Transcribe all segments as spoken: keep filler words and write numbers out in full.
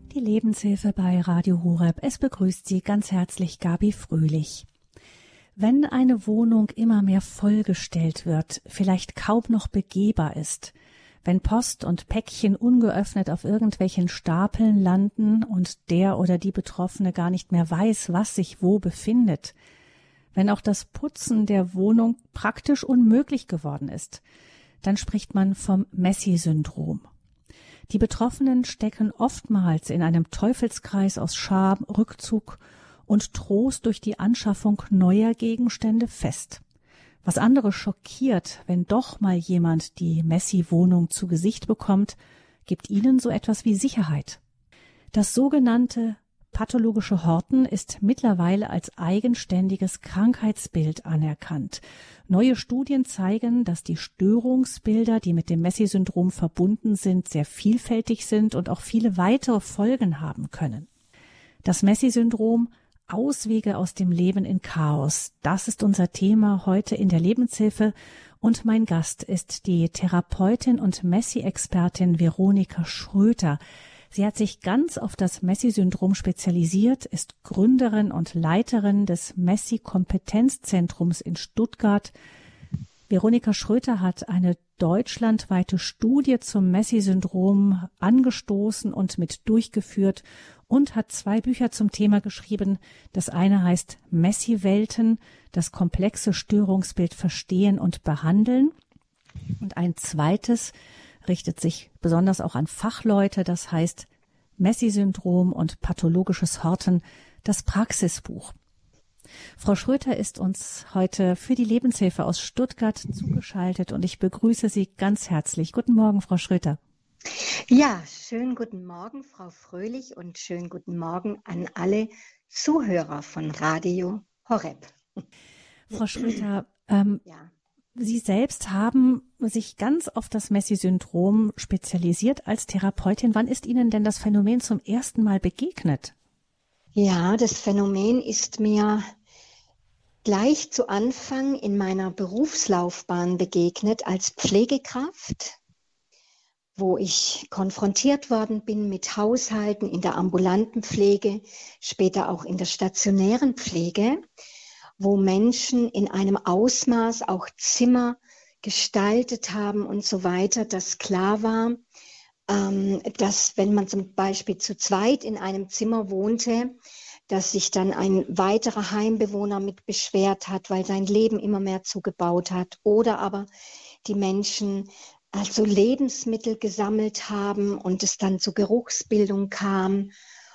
Die Lebenshilfe bei Radio Horeb. Es begrüßt Sie ganz herzlich Gabi Fröhlich. Wenn eine Wohnung immer mehr vollgestellt wird, vielleicht kaum noch begehbar ist, wenn Post und Päckchen ungeöffnet auf irgendwelchen Stapeln landen und der oder die Betroffene gar nicht mehr weiß, was sich wo befindet, wenn auch das Putzen der Wohnung praktisch unmöglich geworden ist, dann spricht man vom Messi-Syndrom. Die Betroffenen stecken oftmals in einem Teufelskreis aus Scham, Rückzug und Trost durch die Anschaffung neuer Gegenstände fest. Was andere schockiert, wenn doch mal jemand die Messi-Wohnung zu Gesicht bekommt, gibt ihnen so etwas wie Sicherheit. Das sogenannte pathologische Horten ist mittlerweile als eigenständiges Krankheitsbild anerkannt. Neue Studien zeigen, dass die Störungsbilder, die mit dem Messi-Syndrom verbunden sind, sehr vielfältig sind und auch viele weitere Folgen haben können. Das Messi-Syndrom, Auswege aus dem Leben in Chaos, das ist unser Thema heute in der Lebenshilfe. Und mein Gast ist die Therapeutin und Messi-Expertin Veronika Schröter. Sie hat sich ganz auf das Messi-Syndrom spezialisiert, ist Gründerin und Leiterin des Messi-Kompetenzzentrums in Stuttgart. Veronika Schröter hat eine deutschlandweite Studie zum Messi-Syndrom angestoßen und mit durchgeführt und hat zwei Bücher zum Thema geschrieben. Das eine heißt Messi-Welten, das komplexe Störungsbild verstehen und behandeln. Und ein zweites richtet sich besonders auch an Fachleute, das heißt Messi-Syndrom und pathologisches Horten, das Praxisbuch. Frau Schröter ist uns heute für die Lebenshilfe aus Stuttgart zugeschaltet und ich begrüße Sie ganz herzlich. Guten Morgen, Frau Schröter. Ja, schönen guten Morgen, Frau Fröhlich, und schönen guten Morgen an alle Zuhörer von Radio Horeb. Frau Schröter, ähm, ja. Sie selbst haben sich ganz auf das Messi-Syndrom spezialisiert als Therapeutin. Wann ist Ihnen denn das Phänomen zum ersten Mal begegnet? Ja, das Phänomen ist mir gleich zu Anfang in meiner Berufslaufbahn begegnet als Pflegekraft, wo ich konfrontiert worden bin mit Haushalten in der ambulanten Pflege, später auch in der stationären Pflege, wo Menschen in einem Ausmaß auch Zimmer gestaltet haben und so weiter, dass klar war, ähm, dass wenn man zum Beispiel zu zweit in einem Zimmer wohnte, dass sich dann ein weiterer Heimbewohner mit beschwert hat, weil sein Leben immer mehr zugebaut hat, oder aber die Menschen also Lebensmittel gesammelt haben und es dann zur Geruchsbildung kam.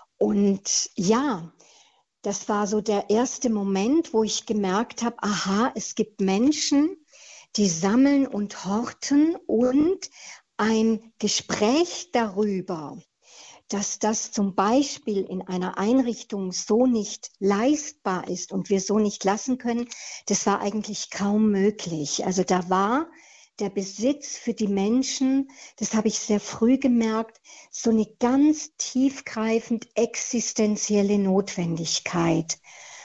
Und ja, das war so der erste Moment, wo ich gemerkt habe, aha, es gibt Menschen, die sammeln und horten, und ein Gespräch darüber, dass das zum Beispiel in einer Einrichtung so nicht leistbar ist und wir so nicht lassen können, das war eigentlich kaum möglich. Also da war der Besitz für die Menschen, das habe ich sehr früh gemerkt, so eine ganz tiefgreifend existenzielle Notwendigkeit.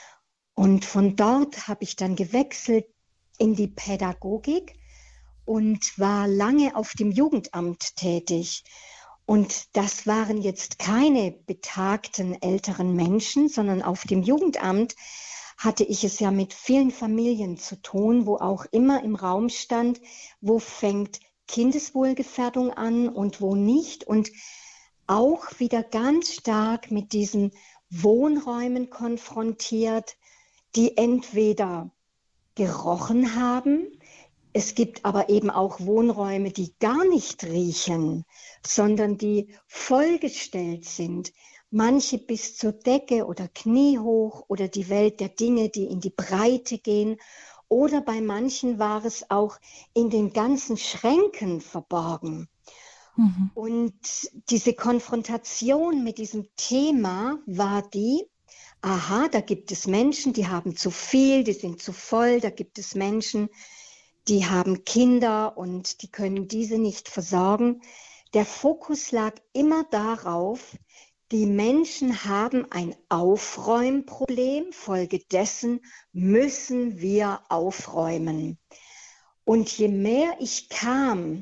Und von dort habe ich dann gewechselt in die Pädagogik und war lange auf dem Jugendamt tätig. Und das waren jetzt keine betagten älteren Menschen, sondern auf dem Jugendamt hatte ich es ja mit vielen Familien zu tun, wo auch immer im Raum stand, wo fängt Kindeswohlgefährdung an und wo nicht. Und auch wieder ganz stark mit diesen Wohnräumen konfrontiert, die entweder gerochen haben, es gibt aber eben auch Wohnräume, die gar nicht riechen, sondern die vollgestellt sind. Manche bis zur Decke oder kniehoch oder die Welt der Dinge, die in die Breite gehen. Oder bei manchen war es auch in den ganzen Schränken verborgen. Mhm. Und diese Konfrontation mit diesem Thema war die, aha, da gibt es Menschen, die haben zu viel, die sind zu voll, da gibt es Menschen, die haben Kinder und die können diese nicht versorgen. Der Fokus lag immer darauf, die Menschen haben ein Aufräumproblem, folgedessen müssen wir aufräumen. Und je mehr ich kam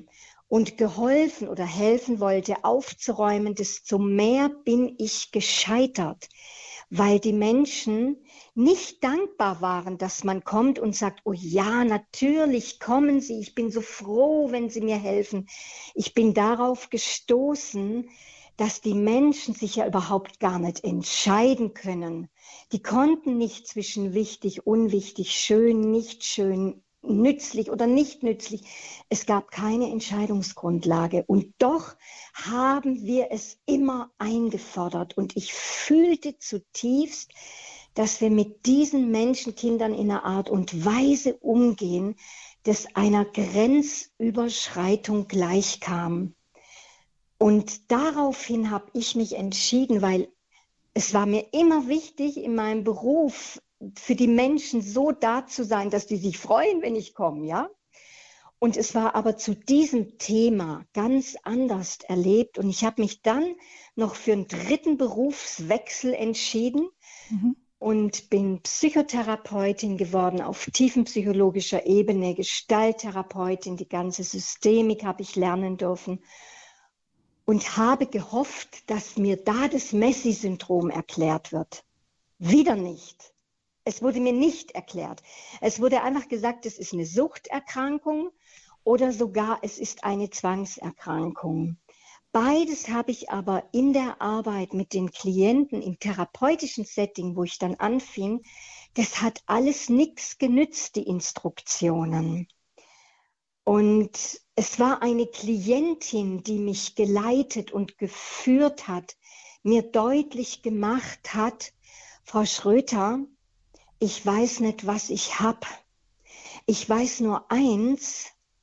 und geholfen oder helfen wollte, aufzuräumen, desto mehr bin ich gescheitert, weil die Menschen nicht dankbar waren, dass man kommt und sagt, oh ja, natürlich kommen Sie, ich bin so froh, wenn Sie mir helfen. Ich bin darauf gestoßen, dass die Menschen sich ja überhaupt gar nicht entscheiden können. Die konnten nicht zwischen wichtig, unwichtig, schön, nicht schön, nützlich oder nicht nützlich. Es gab keine Entscheidungsgrundlage und doch haben wir es immer eingefordert und ich fühlte zutiefst, dass wir mit diesen Menschenkindern in einer Art und Weise umgehen, das einer Grenzüberschreitung gleichkam. Und daraufhin habe ich mich entschieden, weil es war mir immer wichtig, in meinem Beruf für die Menschen so da zu sein, dass die sich freuen, wenn ich komme, ja. Und es war aber zu diesem Thema ganz anders erlebt. Und ich habe mich dann noch für einen dritten Berufswechsel entschieden mhm. und bin Psychotherapeutin geworden auf tiefenpsychologischer Ebene, Gestalttherapeutin, die ganze Systemik habe ich lernen dürfen. Und habe gehofft, dass mir da das Messi-Syndrom erklärt wird. Wieder nicht. Es wurde mir nicht erklärt. Es wurde einfach gesagt, es ist eine Suchterkrankung oder sogar es ist eine Zwangserkrankung. Beides habe ich aber in der Arbeit mit den Klienten im therapeutischen Setting, wo ich dann anfing, das hat alles nichts genützt, die Instruktionen. Und es war eine Klientin, die mich geleitet und geführt hat, mir deutlich gemacht hat, Frau Schröter, ich weiß nicht, was ich habe. Ich weiß nur eins,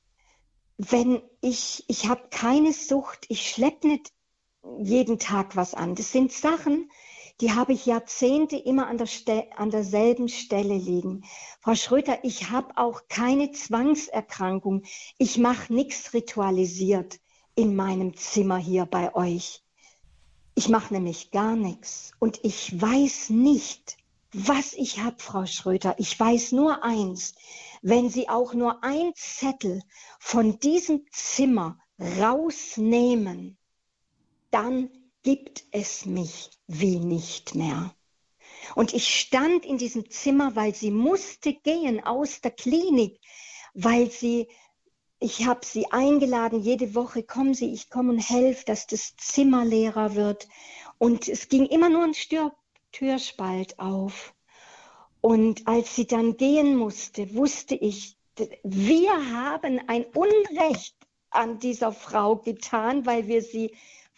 wenn ich, ich habe keine Sucht, ich schleppe nicht jeden Tag was an. Das sind Sachen, die habe ich Jahrzehnte immer an, der Ste- an derselben Stelle liegen. Frau Schröter, ich habe auch keine Zwangserkrankung. Ich mache nichts ritualisiert in meinem Zimmer hier bei euch. Ich mache nämlich gar nichts. Und ich weiß nicht, was ich habe, Frau Schröter. Ich weiß nur eins. Wenn Sie auch nur ein Zettel von diesem Zimmer rausnehmen, dann gibt es mich wie nicht mehr. Und ich stand in diesem Zimmer, weil sie musste gehen aus der Klinik, weil sie, ich habe sie eingeladen, jede Woche, kommen Sie, ich komme und helfe, dass das Zimmer leerer wird. Und es ging immer nur ein Stür- Türspalt auf. Und als sie dann gehen musste, wusste ich, wir haben ein Unrecht an dieser Frau getan, weil wir sie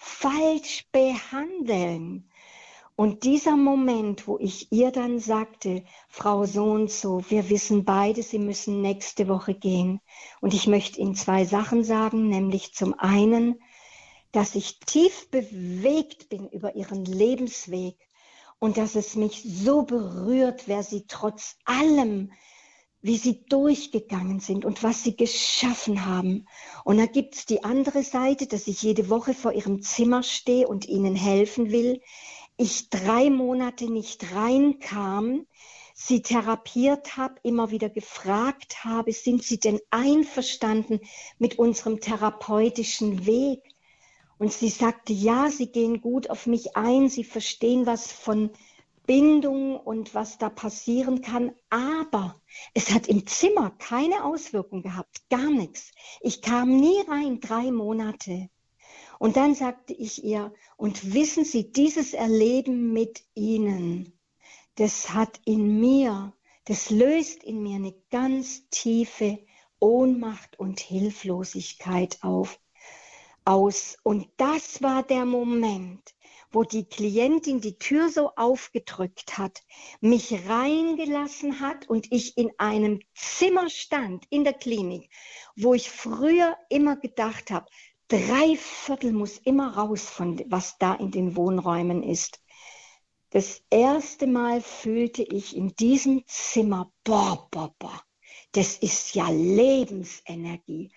falsch behandeln. Und dieser Moment, wo ich ihr dann sagte, Frau so und so, wir wissen beide, Sie müssen nächste Woche gehen. Und ich möchte Ihnen zwei Sachen sagen, nämlich zum einen, dass ich tief bewegt bin über Ihren Lebensweg und dass es mich so berührt, wer Sie trotz allem, wie Sie durchgegangen sind und was Sie geschaffen haben. Und da gibt es die andere Seite, dass ich jede Woche vor Ihrem Zimmer stehe und Ihnen helfen will. Ich drei Monate nicht reinkam, Sie therapiert habe, immer wieder gefragt habe, sind Sie denn einverstanden mit unserem therapeutischen Weg? Und sie sagte, ja, Sie gehen gut auf mich ein, Sie verstehen was von Bindung und was da passieren kann, aber es hat im Zimmer keine Auswirkung gehabt, gar nichts. Ich kam nie rein, drei Monate. Und dann sagte ich ihr, und wissen Sie, dieses Erleben mit Ihnen, das hat in mir, das löst in mir eine ganz tiefe Ohnmacht und Hilflosigkeit auf, aus. Und das war der Moment, wo die Klientin die Tür so aufgedrückt hat, mich reingelassen hat und ich in einem Zimmer stand, in der Klinik, wo ich früher immer gedacht habe, drei Viertel muss immer raus von was da in den Wohnräumen ist. Das erste Mal fühlte ich in diesem Zimmer, boah, boah, boah, das ist ja Lebensenergie,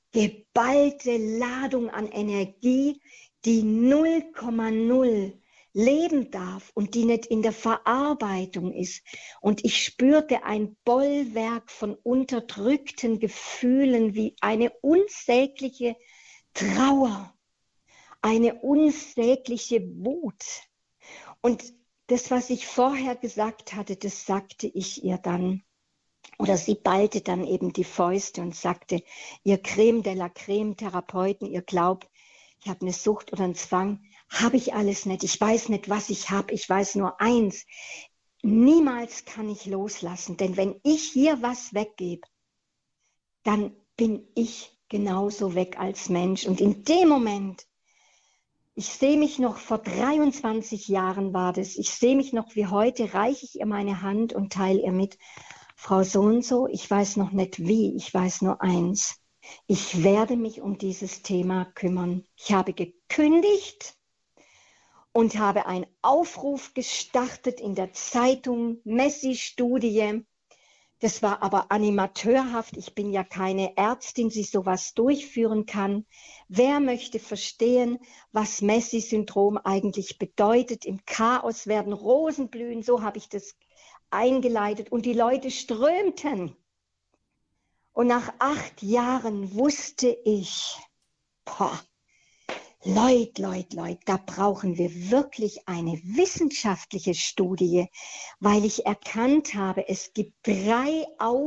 geballte Ladung an Energie, die null Komma null leben darf und die nicht in der Verarbeitung ist. Und ich spürte ein Bollwerk von unterdrückten Gefühlen wie eine unsägliche Trauer, eine unsägliche Wut. Und das, was ich vorher gesagt hatte, das sagte ich ihr dann. Oder sie ballte dann eben die Fäuste und sagte, ihr Creme de la Creme Therapeuten, ihr glaubt, ich habe eine Sucht oder einen Zwang, habe ich alles nicht. Ich weiß nicht, was ich habe. Ich weiß nur eins. Niemals kann ich loslassen. Denn wenn ich hier was weggebe, dann bin ich genauso weg als Mensch. Und in dem Moment, ich sehe mich noch, vor dreiundzwanzig Jahren war das, ich sehe mich noch wie heute, reiche ich ihr meine Hand und teile ihr mit, Frau so und so, ich weiß noch nicht wie, ich weiß nur eins. Ich werde mich um dieses Thema kümmern. Ich habe gekündigt und habe einen Aufruf gestartet in der Zeitung, Messi-Studie. Das war aber animateurhaft. Ich bin ja keine Ärztin, die sowas durchführen kann. Wer möchte verstehen, was Messi-Syndrom eigentlich bedeutet? Im Chaos werden Rosen blühen, so habe ich das eingeleitet. Und die Leute strömten. Und nach acht Jahren wusste ich, boah, Leute, Leute, Leute, da brauchen wir wirklich eine wissenschaftliche Studie, weil ich erkannt habe, es gibt drei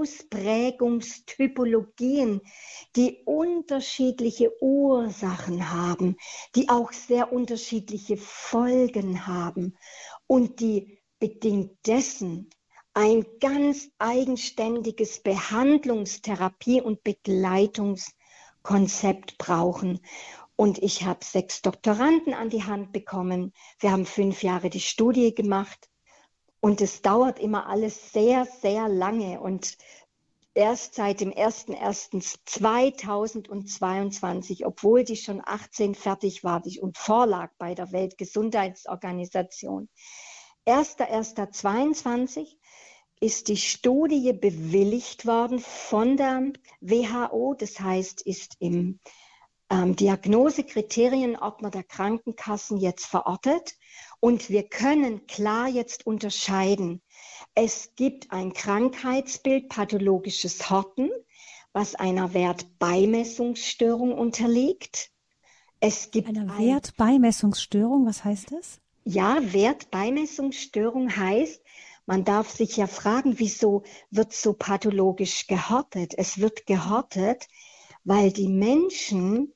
Ausprägungstypologien, die unterschiedliche Ursachen haben, die auch sehr unterschiedliche Folgen haben und die bedingt dessen ein ganz eigenständiges Behandlungstherapie- und Begleitungskonzept brauchen. Und ich habe sechs Doktoranden an die Hand bekommen. Wir haben fünf Jahre die Studie gemacht. Und es dauert immer alles sehr, sehr lange. Und erst seit dem ersten ersten zweitausendzweiundzwanzig, obwohl die schon achtzehn fertig war und vorlag bei der Weltgesundheitsorganisation, erster erster zweiundzwanzig ist die Studie bewilligt worden von der W H O. Das heißt, ist im ähm, Diagnosekriterienordner der Krankenkassen jetzt verortet. Und wir können klar jetzt unterscheiden. Es gibt ein Krankheitsbild, pathologisches Horten, was einer Wertbeimessungsstörung unterliegt. Es gibt eine ein, Wertbeimessungsstörung, was heißt das? Ja, Wertbeimessungsstörung heißt, man darf sich ja fragen, wieso wird so pathologisch gehortet? Es wird gehortet, weil die Menschen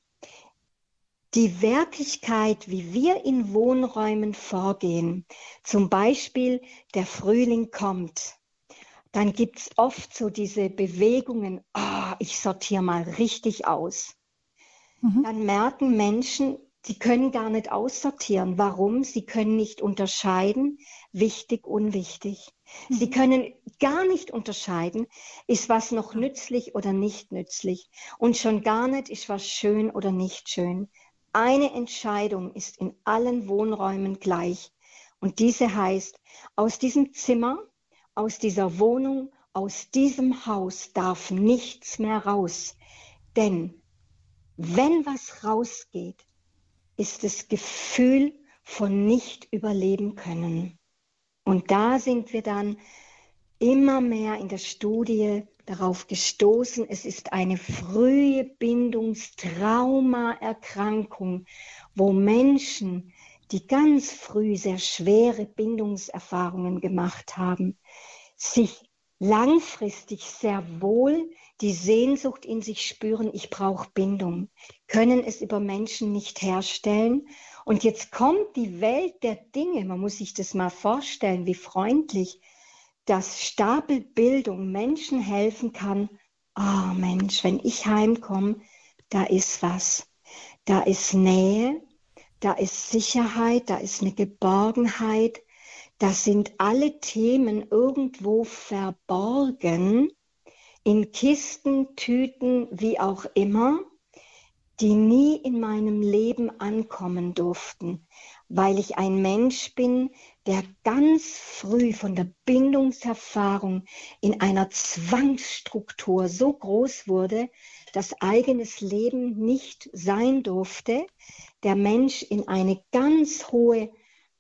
die Wertigkeit, wie wir in Wohnräumen vorgehen, zum Beispiel der Frühling kommt, dann gibt es oft so diese Bewegungen, oh, ich sortiere mal richtig aus. Mhm. Dann merken Menschen, sie können gar nicht aussortieren. Warum? Sie können nicht unterscheiden, wichtig, unwichtig. Mhm. Sie können gar nicht unterscheiden, ist was noch nützlich oder nicht nützlich. Und schon gar nicht, ist was schön oder nicht schön. Eine Entscheidung ist in allen Wohnräumen gleich. Und diese heißt, aus diesem Zimmer, aus dieser Wohnung, aus diesem Haus darf nichts mehr raus. Denn wenn was rausgeht, ist das Gefühl von nicht überleben können. Und da sind wir dann immer mehr in der Studie darauf gestoßen, es ist eine frühe Bindungstraumaerkrankung, wo Menschen, die ganz früh sehr schwere Bindungserfahrungen gemacht haben, sich langfristig sehr wohl die Sehnsucht in sich spüren, ich brauche Bindung, können es über Menschen nicht herstellen. Und jetzt kommt die Welt der Dinge, man muss sich das mal vorstellen, wie freundlich, dass Stapelbildung Menschen helfen kann. Oh Mensch, wenn ich heimkomme, da ist was. Da ist Nähe, da ist Sicherheit, da ist eine Geborgenheit. Das sind alle Themen irgendwo verborgen, in Kisten, Tüten, wie auch immer, die nie in meinem Leben ankommen durften, weil ich ein Mensch bin, der ganz früh von der Bindungserfahrung in einer Zwangsstruktur so groß wurde, dass eigenes Leben nicht sein durfte, der Mensch in eine ganz hohe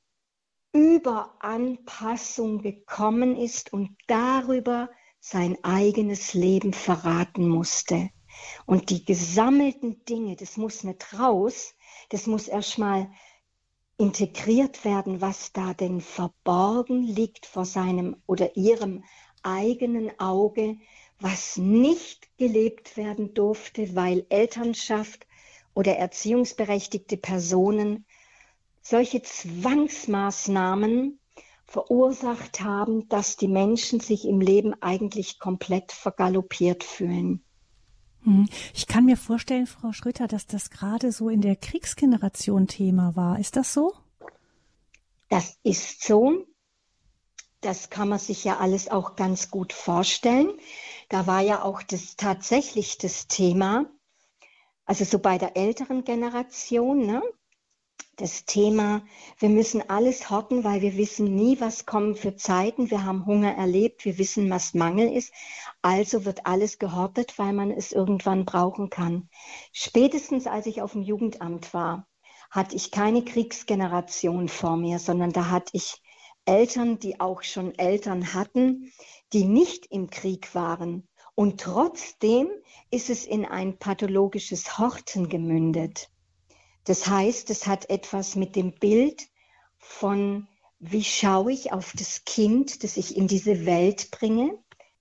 Überanpassung gekommen ist und darüber sein eigenes Leben verraten musste. Und die gesammelten Dinge, das muss nicht raus, das muss erstmal integriert werden, was da denn verborgen liegt vor seinem oder ihrem eigenen Auge, was nicht gelebt werden durfte, weil Elternschaft oder erziehungsberechtigte Personen solche Zwangsmaßnahmen verursacht haben, dass die Menschen sich im Leben eigentlich komplett vergaloppiert fühlen. Ich kann mir vorstellen, Frau Schröter, dass das gerade so in der Kriegsgeneration Thema war. Ist das so? Das ist so. Das kann man sich ja alles auch ganz gut vorstellen. Da war ja auch das tatsächlich das Thema, also so bei der älteren Generation, ne? Das Thema, wir müssen alles horten, weil wir wissen nie, was kommen für Zeiten. Wir haben Hunger erlebt, wir wissen, was Mangel ist. Also wird alles gehortet, weil man es irgendwann brauchen kann. Spätestens als ich auf dem Jugendamt war, hatte ich keine Kriegsgeneration vor mir, sondern da hatte ich Eltern, die auch schon Eltern hatten, die nicht im Krieg waren. Und trotzdem ist es in ein pathologisches Horten gemündet. Das heißt, es hat etwas mit dem Bild von, wie schaue ich auf das Kind, das ich in diese Welt bringe?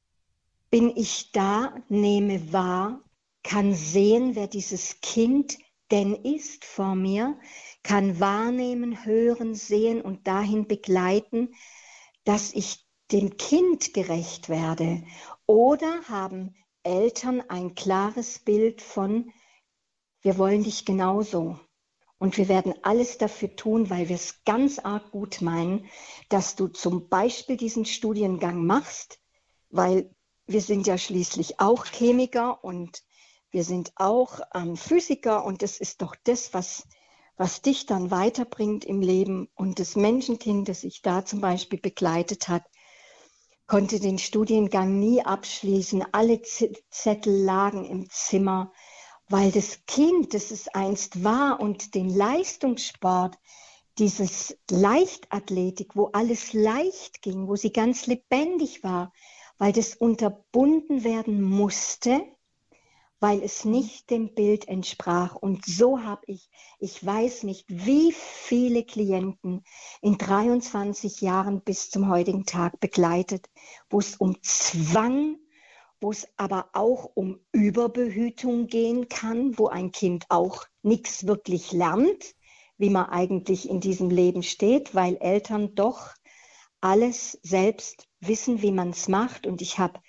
Bin ich da, nehme wahr, kann sehen, wer dieses Kind denn ist vor mir, kann wahrnehmen, hören, sehen und dahin begleiten, dass ich dem Kind gerecht werde? Oder haben Eltern ein klares Bild von, wir wollen dich genauso? Und wir werden alles dafür tun, weil wir es ganz arg gut meinen, dass du zum Beispiel diesen Studiengang machst, weil wir sind ja schließlich auch Chemiker und wir sind auch ähm, Physiker und das ist doch das, was, was dich dann weiterbringt im Leben. Und das Menschenkind, das sich da zum Beispiel begleitet hat, konnte den Studiengang nie abschließen. Alle Z- Zettel lagen im Zimmer, weil das Kind, das es einst war und den Leistungssport, dieses Leichtathletik, wo alles leicht ging, wo sie ganz lebendig war, weil das unterbunden werden musste, weil es nicht dem Bild entsprach. Und so habe ich, ich weiß nicht, wie viele Klienten in dreiundzwanzig Jahren bis zum heutigen Tag begleitet, wo es um Zwang, wo es aber auch um Überbehütung gehen kann, wo ein Kind auch nichts wirklich lernt, wie man eigentlich in diesem Leben steht, weil Eltern doch alles selbst wissen, wie man es macht. Und ich habe,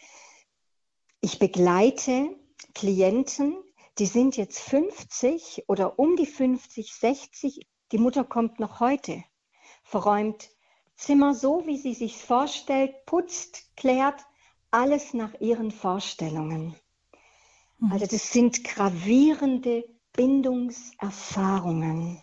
ich begleite Klienten, die sind jetzt fünfzig oder um die fünfzig, sechzig. Die Mutter kommt noch heute, verräumt Zimmer so, wie sie sich vorstellt, putzt, klärt, alles nach ihren Vorstellungen. Mhm. Also das sind gravierende Bindungserfahrungen.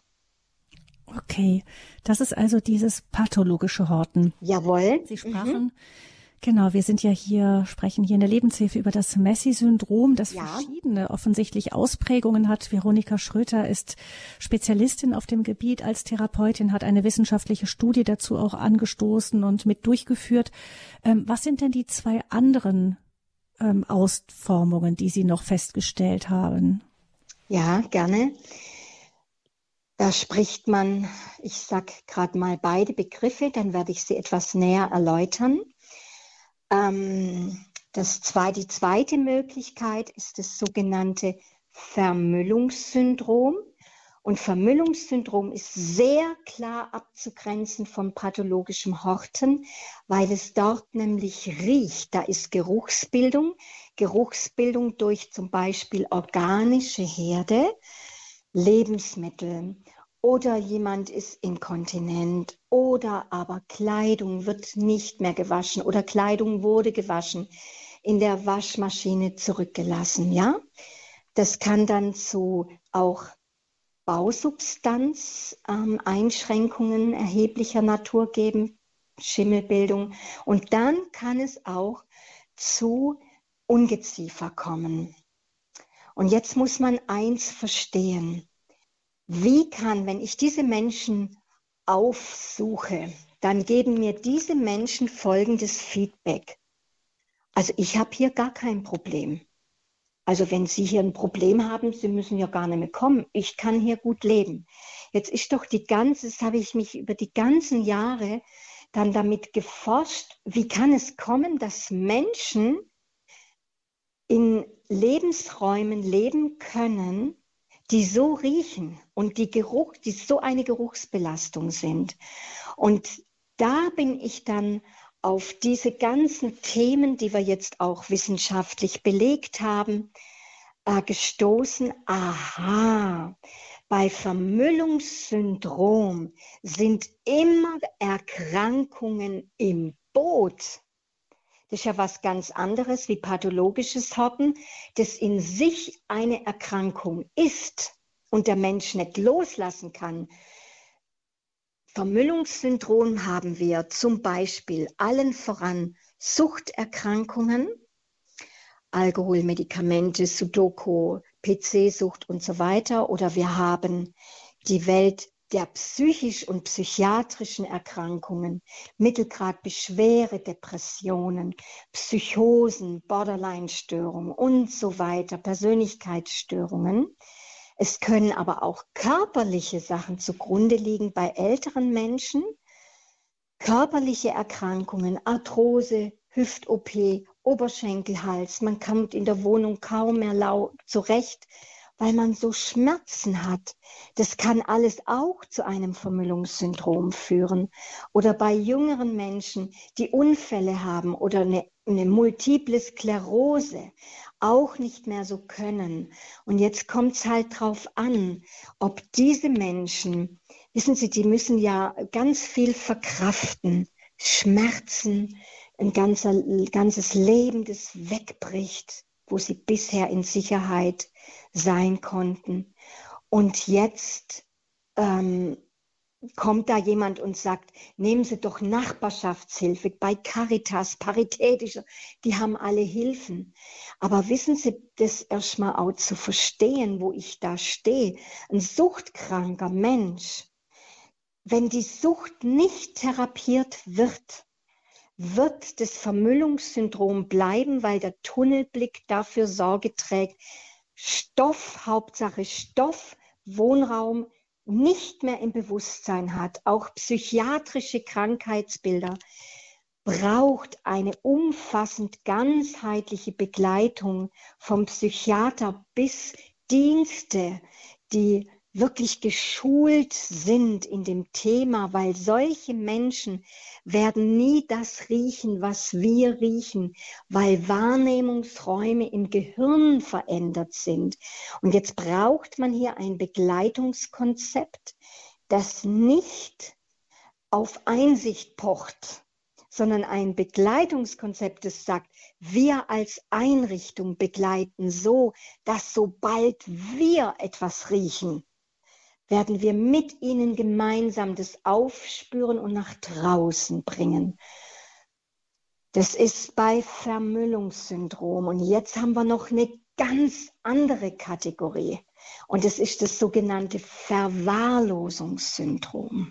Okay, das ist also dieses pathologische Horten. Jawohl. Sie sprachen, mhm. genau, wir sind ja hier, sprechen hier in der Lebenshilfe über das Messi-Syndrom, das ja. verschiedene offensichtlich Ausprägungen hat. Veronika Schröter ist Spezialistin auf dem Gebiet als Therapeutin, hat eine wissenschaftliche Studie dazu auch angestoßen und mit durchgeführt. Ähm, was sind denn die zwei anderen ähm, Ausformungen, die Sie noch festgestellt haben? Ja, gerne. Da spricht man, ich sage gerade mal beide Begriffe, dann werde ich sie etwas näher erläutern. Ähm, das zwei, die zweite Möglichkeit ist das sogenannte Vermüllungssyndrom. Und Vermüllungssyndrom ist sehr klar abzugrenzen vom pathologischen Horten, weil es dort nämlich riecht. Da ist Geruchsbildung, Geruchsbildung durch zum Beispiel organische Herde, Lebensmittel oder jemand ist inkontinent oder aber Kleidung wird nicht mehr gewaschen oder Kleidung wurde gewaschen, in der Waschmaschine zurückgelassen. Ja, das kann dann zu auch Bausubstanzeinschränkungen ähm, erheblicher Natur geben, Schimmelbildung. Und dann kann es auch zu Ungeziefer kommen. Und jetzt muss man eins verstehen. Wie kann, wenn ich diese Menschen aufsuche, dann geben mir diese Menschen folgendes Feedback. Also ich habe hier gar kein Problem. Also wenn Sie hier ein Problem haben, Sie müssen ja gar nicht mehr kommen. Ich kann hier gut leben. Jetzt ist doch die ganze, das habe ich mich über die ganzen Jahre dann damit geforscht, wie kann es kommen, dass Menschen in Lebensräumen leben können, die so riechen und die Geruch, die so eine Geruchsbelastung sind. Und da bin ich dann auf diese ganzen Themen, die wir jetzt auch wissenschaftlich belegt haben, äh, gestoßen. Aha, bei Vermüllungssyndrom sind immer Erkrankungen im Boot. Das ist ja was ganz anderes wie pathologisches Hocken, das in sich eine Erkrankung ist und der Mensch nicht loslassen kann. Vermüllungssyndrom haben wir zum Beispiel allen voran Suchterkrankungen, Alkohol, Medikamente, Sudoku, P C-Sucht und so weiter. Oder wir haben die Welt der psychisch und psychiatrischen Erkrankungen, Mittelgradbeschwere, Depressionen, Psychosen, Borderline-Störungen und so weiter, Persönlichkeitsstörungen. Es können aber auch körperliche Sachen zugrunde liegen bei älteren Menschen, körperliche Erkrankungen, Arthrose, Hüft-O P, Oberschenkelhals. Man kommt in der Wohnung kaum mehr lau- zurecht, weil man so Schmerzen hat. Das kann alles auch zu einem Vermüllungssyndrom führen. Oder bei jüngeren Menschen, die Unfälle haben oder eine, eine multiple Sklerose, auch nicht mehr so können. Und jetzt kommt es halt drauf an, ob diese Menschen, wissen Sie, die müssen ja ganz viel verkraften, Schmerzen, ein ganzer, ganzes Leben, das wegbricht, wo sie bisher in Sicherheit sein konnten. Und jetzt ähm, kommt da jemand und sagt, nehmen Sie doch Nachbarschaftshilfe bei Caritas, paritätischer, die haben alle Hilfen. Aber wissen Sie, das erstmal auch zu verstehen, wo ich da stehe, ein suchtkranker Mensch, wenn die Sucht nicht therapiert wird, wird das Vermüllungssyndrom bleiben, weil der Tunnelblick dafür Sorge trägt, Stoff, Hauptsache Stoff, Wohnraum nicht mehr im Bewusstsein hat. Auch psychiatrische Krankheitsbilder braucht eine umfassend ganzheitliche Begleitung vom Psychiater bis Dienste, die wirklich geschult sind in dem Thema, weil solche Menschen werden nie das riechen, was wir riechen, weil Wahrnehmungsräume im Gehirn verändert sind. Und jetzt braucht man hier ein Begleitungskonzept, das nicht auf Einsicht pocht, sondern ein Begleitungskonzept, das sagt, wir als Einrichtung begleiten so, dass sobald wir etwas riechen, werden wir mit ihnen gemeinsam das aufspüren und nach draußen bringen. Das ist bei Vermüllungssyndrom. Und jetzt haben wir noch eine ganz andere Kategorie. Und das ist das sogenannte Verwahrlosungssyndrom.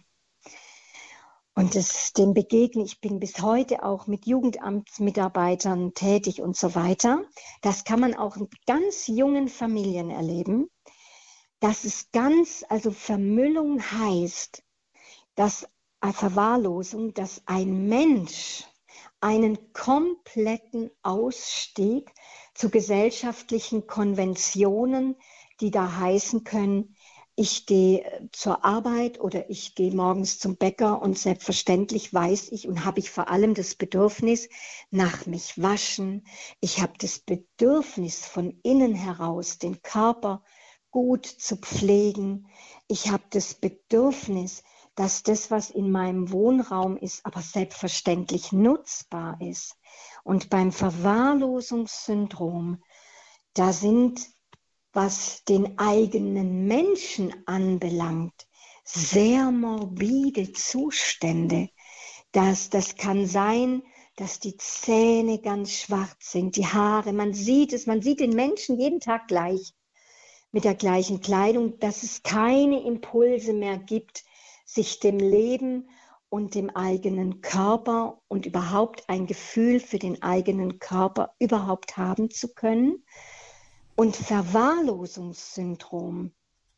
Und das, dem begegne ich, bin bis heute auch mit Jugendamtsmitarbeitern tätig und so weiter. Das kann man auch in ganz jungen Familien erleben. Das ist ganz, also Vermüllung heißt, dass äh, Verwahrlosung, dass ein Mensch einen kompletten Ausstieg zu gesellschaftlichen Konventionen, die da heißen können, ich gehe zur Arbeit oder ich gehe morgens zum Bäcker und selbstverständlich weiß ich und habe ich vor allem das Bedürfnis nach mich waschen. Ich habe das Bedürfnis von innen heraus, den Körper gut zu pflegen. Ich habe das Bedürfnis, dass das, was in meinem Wohnraum ist, aber selbstverständlich nutzbar ist. Und beim Verwahrlosungssyndrom, da sind, was den eigenen Menschen anbelangt, sehr morbide Zustände. Das, das kann sein, dass die Zähne ganz schwarz sind, die Haare, man sieht es, man sieht den Menschen jeden Tag gleich, mit der gleichen Kleidung, dass es keine Impulse mehr gibt, sich dem Leben und dem eigenen Körper und überhaupt ein Gefühl für den eigenen Körper überhaupt haben zu können. Und Verwahrlosungssyndrom.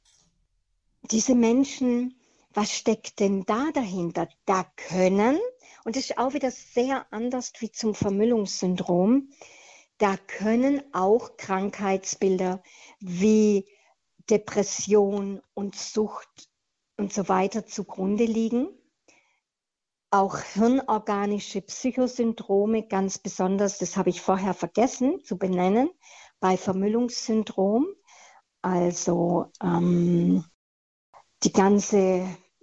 Diese Menschen, was steckt denn da dahinter? Da können, und das ist auch wieder sehr anders wie zum Vermüllungssyndrom, da können auch Krankheitsbilder wie Depression und Sucht und so weiter zugrunde liegen. Auch hirnorganische Psychosyndrome, ganz besonders, das habe ich vorher vergessen zu benennen, bei Vermüllungssyndrom, also ähm, die ganze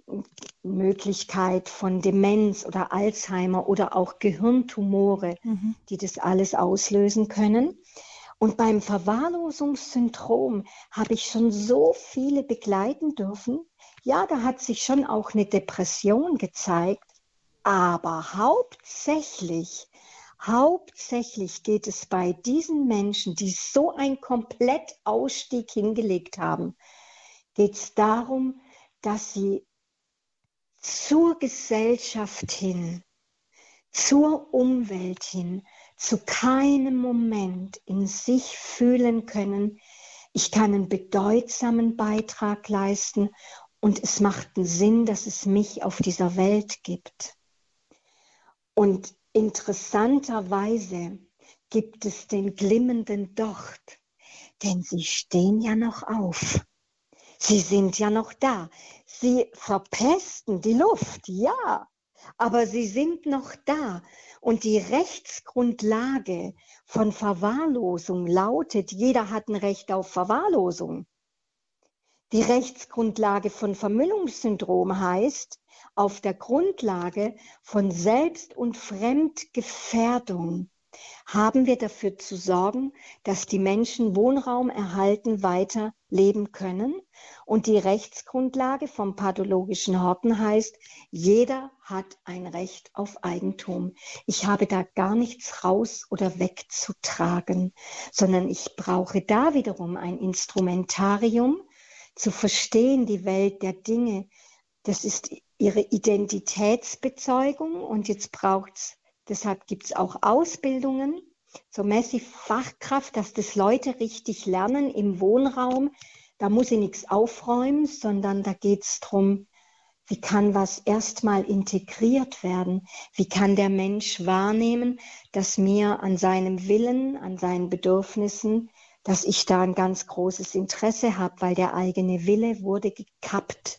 Möglichkeit von Demenz oder Alzheimer oder auch Gehirntumore, mhm. die das alles auslösen können. Und beim Verwahrlosungssyndrom habe ich schon so viele begleiten dürfen. Ja, da hat sich schon auch eine Depression gezeigt, aber hauptsächlich, hauptsächlich geht es bei diesen Menschen, die so einen Komplettausstieg hingelegt haben, geht es darum, dass sie zur Gesellschaft hin, zur Umwelt hin, zu keinem Moment in sich fühlen können, ich kann einen bedeutsamen Beitrag leisten und es macht einen Sinn, dass es mich auf dieser Welt gibt. Und interessanterweise gibt es den glimmenden Docht, denn sie stehen ja noch auf. Sie sind ja noch da. Sie verpesten die Luft, ja, aber sie sind noch da. Und die Rechtsgrundlage von Verwahrlosung lautet, jeder hat ein Recht auf Verwahrlosung. Die Rechtsgrundlage von Vermüllungssyndrom heißt, auf der Grundlage von Selbst- und Fremdgefährdung haben wir dafür zu sorgen, dass die Menschen Wohnraum erhalten, weiter leben können. Und die Rechtsgrundlage vom pathologischen Horten heißt, jeder hat ein Recht auf Eigentum. Ich habe da gar nichts raus oder wegzutragen, sondern ich brauche da wiederum ein Instrumentarium, zu verstehen, die Welt der Dinge. Das ist ihre Identitätsbezeugung und jetzt braucht es, deshalb gibt es auch Ausbildungen, so mäßig Fachkraft, dass das Leute richtig lernen im Wohnraum. Da muss ich nichts aufräumen, sondern da geht es darum, wie kann was erstmal integriert werden? Wie kann der Mensch wahrnehmen, dass mir an seinem Willen, an seinen Bedürfnissen, dass ich da ein ganz großes Interesse habe, weil der eigene Wille wurde gekappt.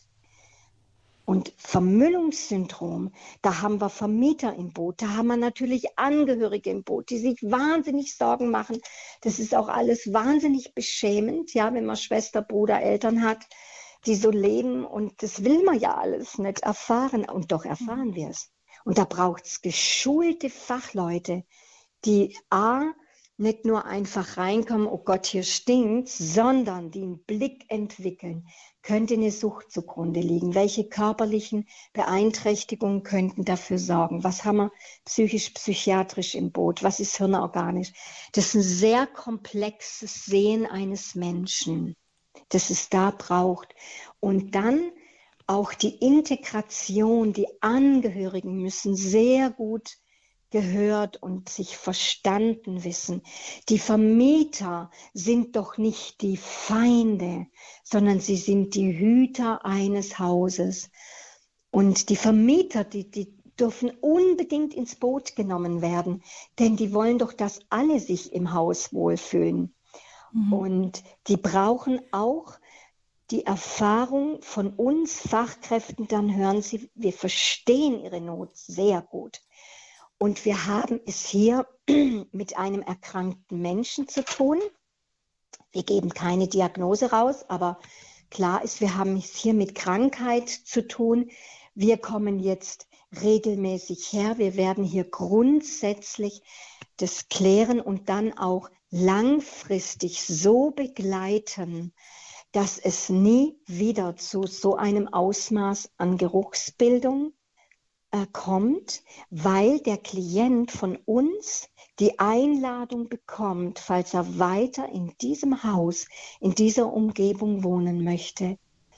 Und Vermüllungssyndrom, da haben wir Vermieter im Boot, da haben wir natürlich Angehörige im Boot, die sich wahnsinnig Sorgen machen. Das ist auch alles wahnsinnig beschämend, ja, wenn man Schwester, Bruder, Eltern hat, die so leben und das will man ja alles nicht erfahren und doch erfahren wir es. Und da braucht es geschulte Fachleute, die a, nicht nur einfach reinkommen, oh Gott, hier stinkt's, sondern die einen Blick entwickeln. Könnte eine Sucht zugrunde liegen? Welche körperlichen Beeinträchtigungen könnten dafür sorgen? Was haben wir psychisch-psychiatrisch im Boot? Was ist hirnorganisch? Das ist ein sehr komplexes Sehen eines Menschen, das es da braucht. Und dann auch die Integration, die Angehörigen müssen sehr gut gehört und sich verstanden wissen. Die Vermieter sind doch nicht die Feinde, sondern sie sind die Hüter eines Hauses. Und die Vermieter, die, die dürfen unbedingt ins Boot genommen werden, denn die wollen doch, dass alle sich im Haus wohlfühlen. Mhm. Und die brauchen auch die Erfahrung von uns Fachkräften, dann hören sie, wir verstehen ihre Not sehr gut. Und wir haben es hier mit einem erkrankten Menschen zu tun. Wir geben keine Diagnose raus, aber klar ist, wir haben es hier mit Krankheit zu tun. Wir kommen jetzt regelmäßig her. Wir werden hier grundsätzlich das klären und dann auch langfristig so begleiten, dass es nie wieder zu so einem Ausmaß an Geruchsbildung kommt, weil der Klient von uns die Einladung bekommt, falls er weiter in diesem Haus, in dieser Umgebung wohnen möchte,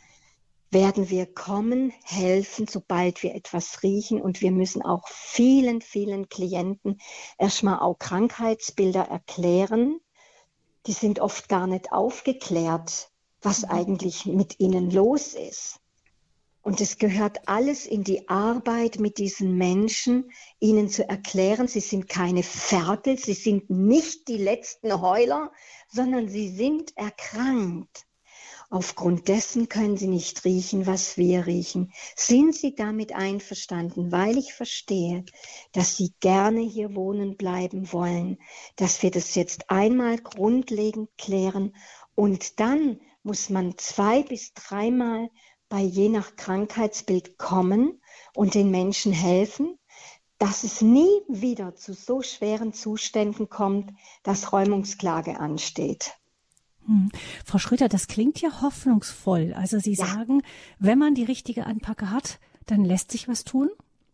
werden wir kommen, helfen, sobald wir etwas riechen. Und wir müssen auch vielen, vielen Klienten erstmal auch Krankheitsbilder erklären, die sind oft gar nicht aufgeklärt, was mhm. eigentlich mit ihnen los ist. Und es gehört alles in die Arbeit mit diesen Menschen, ihnen zu erklären, sie sind keine Ferkel, sie sind nicht die letzten Heuler, sondern sie sind erkrankt. Aufgrund dessen können sie nicht riechen, was wir riechen. Sind sie damit einverstanden, weil ich verstehe, dass sie gerne hier wohnen bleiben wollen, dass wir das jetzt einmal grundlegend klären und dann muss man zwei bis dreimal bei je nach Krankheitsbild kommen und den Menschen helfen, dass es nie wieder zu so schweren Zuständen kommt, dass Räumungsklage ansteht. Hm. Frau Schröter, das klingt ja hoffnungsvoll. Also Sie ja. sagen, wenn man die richtige Anpacke hat, dann lässt sich was tun?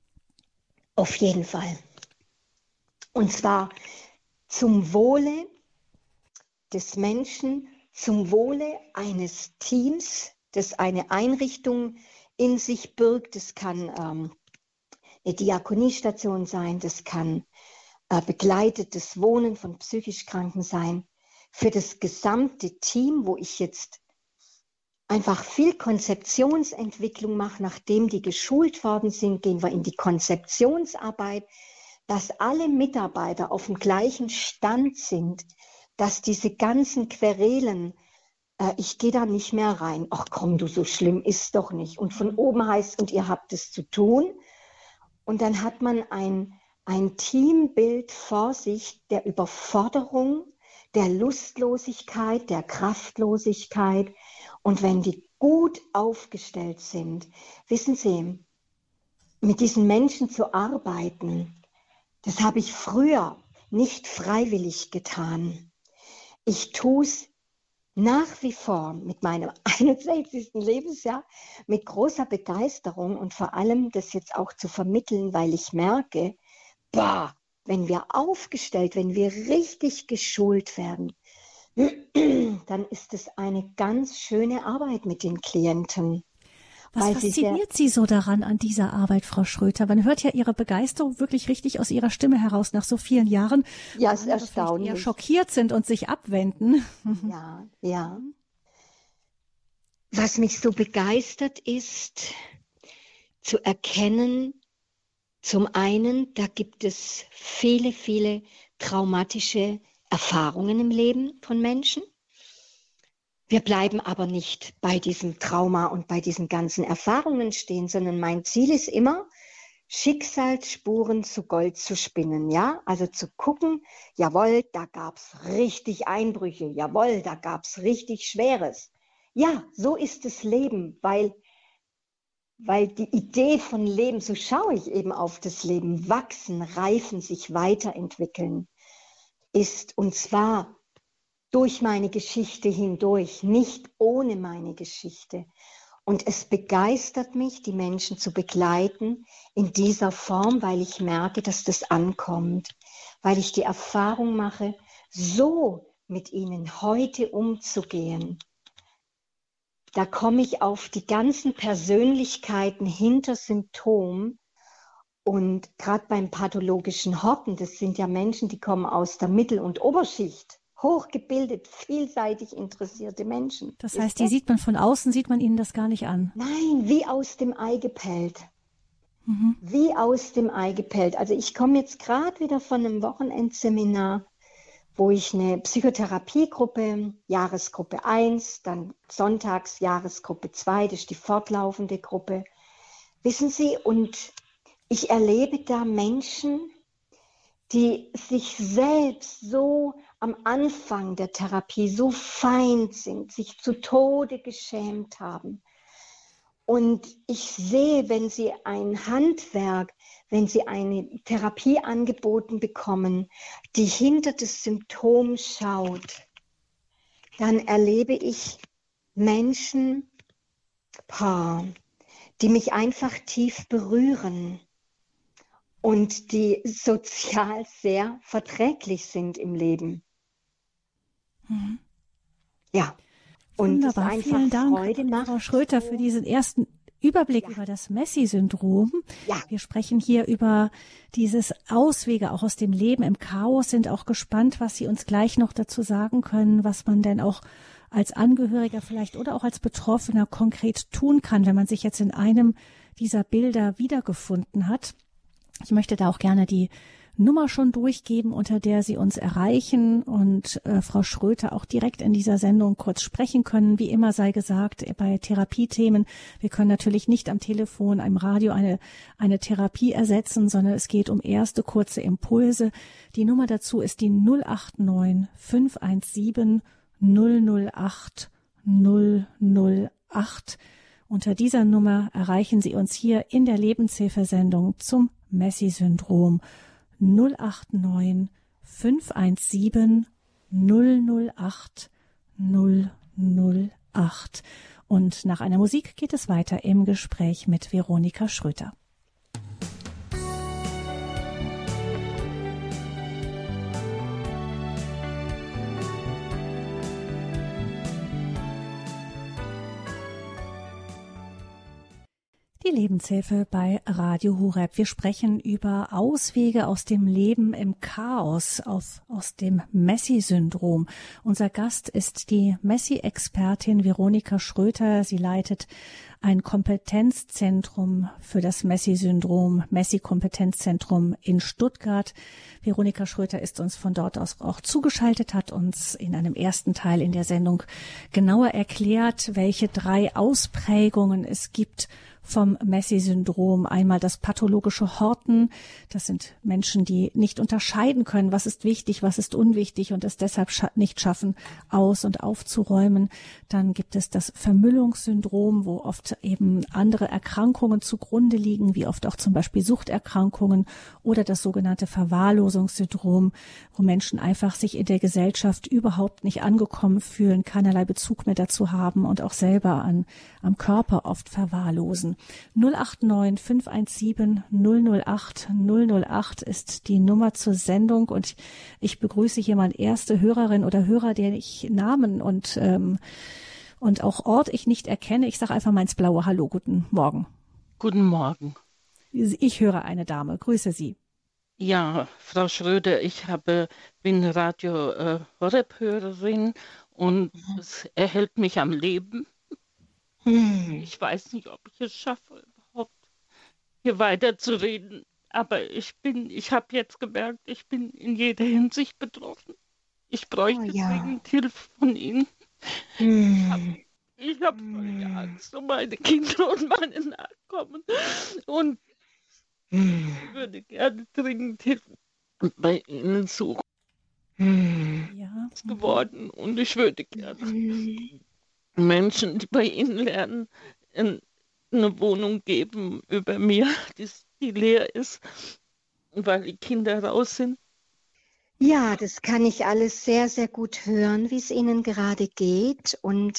Auf jeden Fall. Und zwar zum Wohle des Menschen, zum Wohle eines Teams, das eine Einrichtung in sich birgt. Das kann ähm, eine Diakoniestation sein, das kann äh, begleitetes Wohnen von psychisch Kranken sein. Für das gesamte Team, wo ich jetzt einfach viel Konzeptionsentwicklung mache, nachdem die geschult worden sind, gehen wir in die Konzeptionsarbeit, dass alle Mitarbeiter auf dem gleichen Stand sind, dass diese ganzen Querelen, äh, ich gehe da nicht mehr rein, ach komm du, so schlimm ist doch nicht. Und von oben heißt, und ihr habt es zu tun. Und dann hat man ein, ein Teambild vor sich der Überforderung, der Lustlosigkeit, der Kraftlosigkeit. Und wenn die gut aufgestellt sind, wissen Sie, mit diesen Menschen zu arbeiten, das habe ich früher nicht freiwillig getan. Ich tue es nach wie vor mit meinem einundsechzigsten Lebensjahr mit großer Begeisterung und vor allem das jetzt auch zu vermitteln, weil ich merke, boah, wenn wir aufgestellt, wenn wir richtig geschult werden, dann ist es eine ganz schöne Arbeit mit den Klienten. Was fasziniert Sie so daran an dieser Arbeit, Frau Schröter? Man hört ja Ihre Begeisterung wirklich richtig aus Ihrer Stimme heraus nach so vielen Jahren. Ja, ist erstaunlich. Eher schockiert sind und sich abwenden. Ja, ja. Was mich so begeistert ist, zu erkennen, zum einen, da gibt es viele, viele traumatische Erfahrungen im Leben von Menschen. Wir bleiben aber nicht bei diesem Trauma und bei diesen ganzen Erfahrungen stehen, sondern mein Ziel ist immer, Schicksalsspuren zu Gold zu spinnen, ja? Also zu gucken, jawohl, da gab's richtig Einbrüche, jawohl, da gab's richtig Schweres. Ja, so ist das Leben, weil, weil die Idee von Leben, so schaue ich eben auf das Leben, wachsen, reifen, sich weiterentwickeln ist, und zwar durch meine Geschichte hindurch, nicht ohne meine Geschichte. Und es begeistert mich, die Menschen zu begleiten in dieser Form, weil ich merke, dass das ankommt, weil ich die Erfahrung mache, so mit ihnen heute umzugehen. Da komme ich auf die ganzen Persönlichkeiten hinter Symptom. Und gerade beim pathologischen Horten, das sind ja Menschen, die kommen aus der Mittel- und Oberschicht. Hochgebildet, vielseitig interessierte Menschen. Das heißt, die sieht man von außen, sieht man ihnen das gar nicht an? Nein, wie aus dem Ei gepellt. Mhm. Wie aus dem Ei gepellt. Also ich komme jetzt gerade wieder von einem Wochenendseminar, wo ich eine Psychotherapiegruppe, Jahresgruppe eins, dann sonntags Jahresgruppe zwei, das ist die fortlaufende Gruppe. Wissen Sie, und ich erlebe da Menschen, die sich selbst so am Anfang der Therapie so feind sind, sich zu Tode geschämt haben. Und ich sehe, wenn sie ein Handwerk, wenn sie eine Therapie angeboten bekommen, die hinter das Symptom schaut, dann erlebe ich Menschen, die mich einfach tief berühren und die sozial sehr verträglich sind im Leben. Mhm. Ja, und Wunderbar. Es einfach Vielen Dank, Freude macht. Frau Schröter, für diesen ersten Überblick Ja. über das Messi-Syndrom. Ja. Wir sprechen hier über dieses Auswege auch aus dem Leben im Chaos, sind auch gespannt, was Sie uns gleich noch dazu sagen können, was man denn auch als Angehöriger vielleicht oder auch als Betroffener konkret tun kann, wenn man sich jetzt in einem dieser Bilder wiedergefunden hat. Ich möchte da auch gerne die Nummer schon durchgeben, unter der Sie uns erreichen und äh, Frau Schröter auch direkt in dieser Sendung kurz sprechen können. Wie immer sei gesagt, bei Therapiethemen, wir können natürlich nicht am Telefon, im Radio eine, eine Therapie ersetzen, sondern es geht um erste kurze Impulse. Die Nummer dazu ist die null acht neun fünf eins sieben null null acht null null acht. Unter dieser Nummer erreichen Sie uns hier in der Lebenshilfesendung zum Messi-Syndrom. null acht neun fünf eins sieben null null acht null null acht. Und nach einer Musik geht es weiter im Gespräch mit Veronika Schröter. Die Lebenshilfe bei Radio Horeb. Wir sprechen über Auswege aus dem Leben im Chaos, auf, aus dem Messi-Syndrom. Unser Gast ist die Messi-Expertin Veronika Schröter. Sie leitet ein Kompetenzzentrum für das Messi-Syndrom, Messi-Kompetenzzentrum in Stuttgart. Veronika Schröter ist uns von dort aus auch zugeschaltet, hat uns in einem ersten Teil in der Sendung genauer erklärt, welche drei Ausprägungen es gibt vom Messi-Syndrom. Einmal das pathologische Horten. Das sind Menschen, die nicht unterscheiden können, was ist wichtig, was ist unwichtig und es deshalb scha- nicht schaffen, aus- und aufzuräumen. Dann gibt es das Vermüllungssyndrom, wo oft eben andere Erkrankungen zugrunde liegen, wie oft auch zum Beispiel Suchterkrankungen, oder das sogenannte Verwahrlosungssyndrom, wo Menschen einfach sich in der Gesellschaft überhaupt nicht angekommen fühlen, keinerlei Bezug mehr dazu haben und auch selber an, am Körper oft verwahrlosen. null acht neun fünf eins sieben null null acht null null acht ist die Nummer zur Sendung und ich begrüße hier mal erste Hörerin oder Hörer, der ich Namen und ähm, und auch Ort ich nicht erkenne. Ich sage einfach mal ins Blaue Hallo, guten Morgen. Guten Morgen. Ich höre eine Dame. Grüße Sie. Ja, Frau Schröder, ich habe, bin Radio äh, Horeb-Hörerin und mhm. es erhält mich am Leben. Hm. Ich weiß nicht, ob ich es schaffe, überhaupt hier weiterzureden. Aber ich bin, ich habe jetzt gemerkt, ich bin in jeder Hinsicht betroffen. Ich bräuchte oh, ja. dringend Hilfe von Ihnen. Hm. Ich habe hab völlige Angst um meine Kinder und meine Nachkommen. Und hm. ich würde gerne dringend Hilfe bei Ihnen suchen. Hm. Ja. Ist geworden und ich würde gerne hm. Menschen, die bei Ihnen lernen, in eine Wohnung geben über mir, die, die leer ist, weil die Kinder raus sind. Ja, das kann ich alles sehr, sehr gut hören, wie es Ihnen gerade geht. Und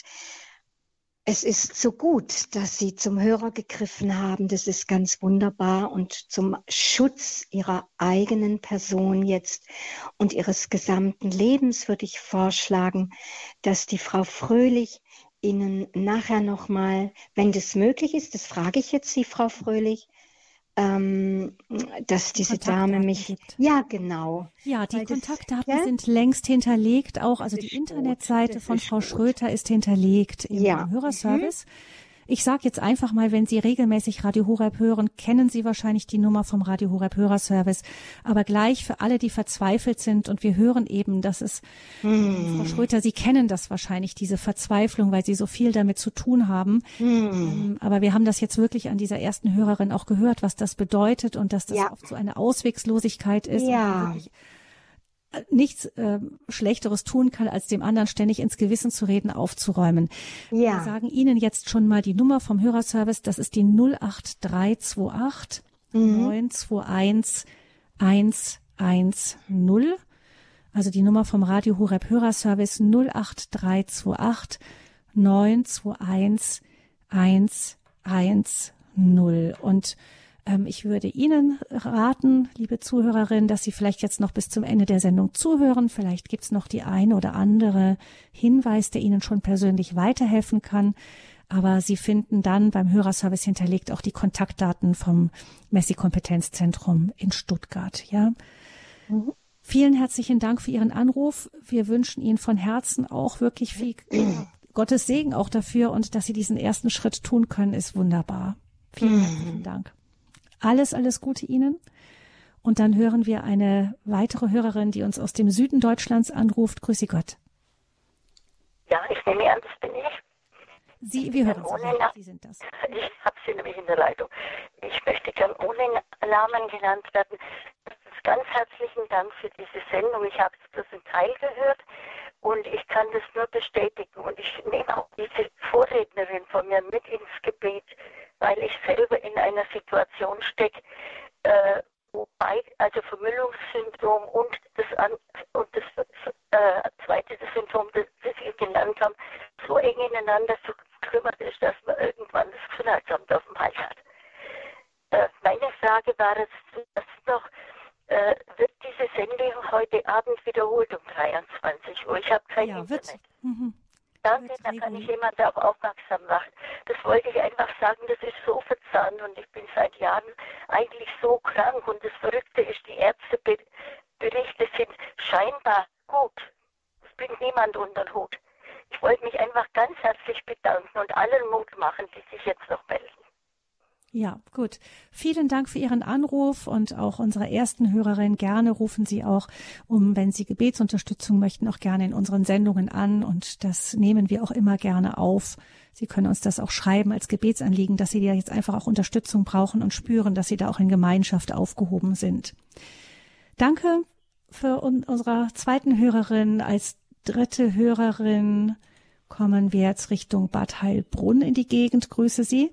es ist so gut, dass Sie zum Hörer gegriffen haben. Das ist ganz wunderbar. Und zum Schutz Ihrer eigenen Person jetzt und Ihres gesamten Lebens würde ich vorschlagen, dass die Frau Fröhlich Ihnen nachher nochmal, wenn das möglich ist, das frage ich jetzt Sie, Frau Fröhlich, ähm, dass diese Dame mich... Gibt. Ja, genau. Ja, die Weil Kontaktdaten das, ja? sind längst hinterlegt auch. Also die Internetseite von Frau gut. Schröter ist hinterlegt im ja. Hörerservice. Mhm. Ich sage jetzt einfach mal, wenn Sie regelmäßig Radio Horeb hören, kennen Sie wahrscheinlich die Nummer vom Radio Horeb Hörerservice. Aber gleich für alle, die verzweifelt sind und wir hören eben, dass es, hm. Frau Schröter, Sie kennen das wahrscheinlich, diese Verzweiflung, weil Sie so viel damit zu tun haben. Hm. Ähm, aber wir haben das jetzt wirklich an dieser ersten Hörerin auch gehört, was das bedeutet und dass das ja. oft so eine Auswegslosigkeit ist. Ja. Und nichts äh, Schlechteres tun kann, als dem anderen ständig ins Gewissen zu reden, aufzuräumen. Ja. Wir sagen Ihnen jetzt schon mal die Nummer vom Hörerservice. Das ist die null acht drei zwei acht mhm. neun zwei eins eins eins null. Also die Nummer vom Radio Horeb Hörerservice null acht drei zwei acht neun zwei eins eins eins null. Und ich würde Ihnen raten, liebe Zuhörerinnen, dass Sie vielleicht jetzt noch bis zum Ende der Sendung zuhören. Vielleicht gibt es noch die eine oder andere Hinweis, der Ihnen schon persönlich weiterhelfen kann. Aber Sie finden dann beim Hörerservice hinterlegt auch die Kontaktdaten vom Messi-Kompetenzzentrum in Stuttgart. Ja. Mhm. Vielen herzlichen Dank für Ihren Anruf. Wir wünschen Ihnen von Herzen auch wirklich viel Gottes Segen auch dafür, und dass Sie diesen ersten Schritt tun können, ist wunderbar. Vielen herzlichen Dank. Alles, alles Gute Ihnen. Und dann hören wir eine weitere Hörerin, die uns aus dem Süden Deutschlands anruft. Grüße Gott. Ja, ich nehme an, das bin ich. Sie, wir hören Sie. Sie sind das. Ich habe Sie nämlich in der Leitung. Ich möchte gern ohne Namen genannt werden. Ganz herzlichen Dank für diese Sendung. Ich habe es bloß einen Teil gehört und ich kann das nur bestätigen. Und ich nehme auch diese Vorrednerin von mir mit ins Gebet, weil ich selber in einer Situation stecke, äh, wobei also Vermüllungssyndrom und das, an, und das äh, zweite das Syndrom, das, das Sie genannt haben, so eng ineinander verkümmert ist, dass man irgendwann das Gesundheitsamt auf dem Hals hat. Äh, meine Frage war jetzt noch, äh, wird diese Sendung heute Abend wiederholt um dreiundzwanzig Uhr? Ich habe kein ja, Internet. Mhm. Danke, da kann ich jemand darauf aufmerksam machen. Das wollte ich einfach sagen, das ist so verzahnt und ich bin seit Jahren eigentlich so krank und das Verrückte ist, die Ärzteberichte sind scheinbar gut. Es bringt niemand unter den Hut. Ich wollte mich einfach ganz herzlich bedanken und allen Mut machen, die sich jetzt noch melden. Ja, gut. Vielen Dank für Ihren Anruf und auch unserer ersten Hörerin. Gerne rufen Sie auch, um, wenn Sie Gebetsunterstützung möchten, auch gerne in unseren Sendungen an, und das nehmen wir auch immer gerne auf. Sie können uns das auch schreiben als Gebetsanliegen, dass Sie da jetzt einfach auch Unterstützung brauchen und spüren, dass Sie da auch in Gemeinschaft aufgehoben sind. Danke für un- unserer zweiten Hörerin. Als dritte Hörerin kommen wir jetzt Richtung Bad Heilbrunn in die Gegend. Grüße Sie.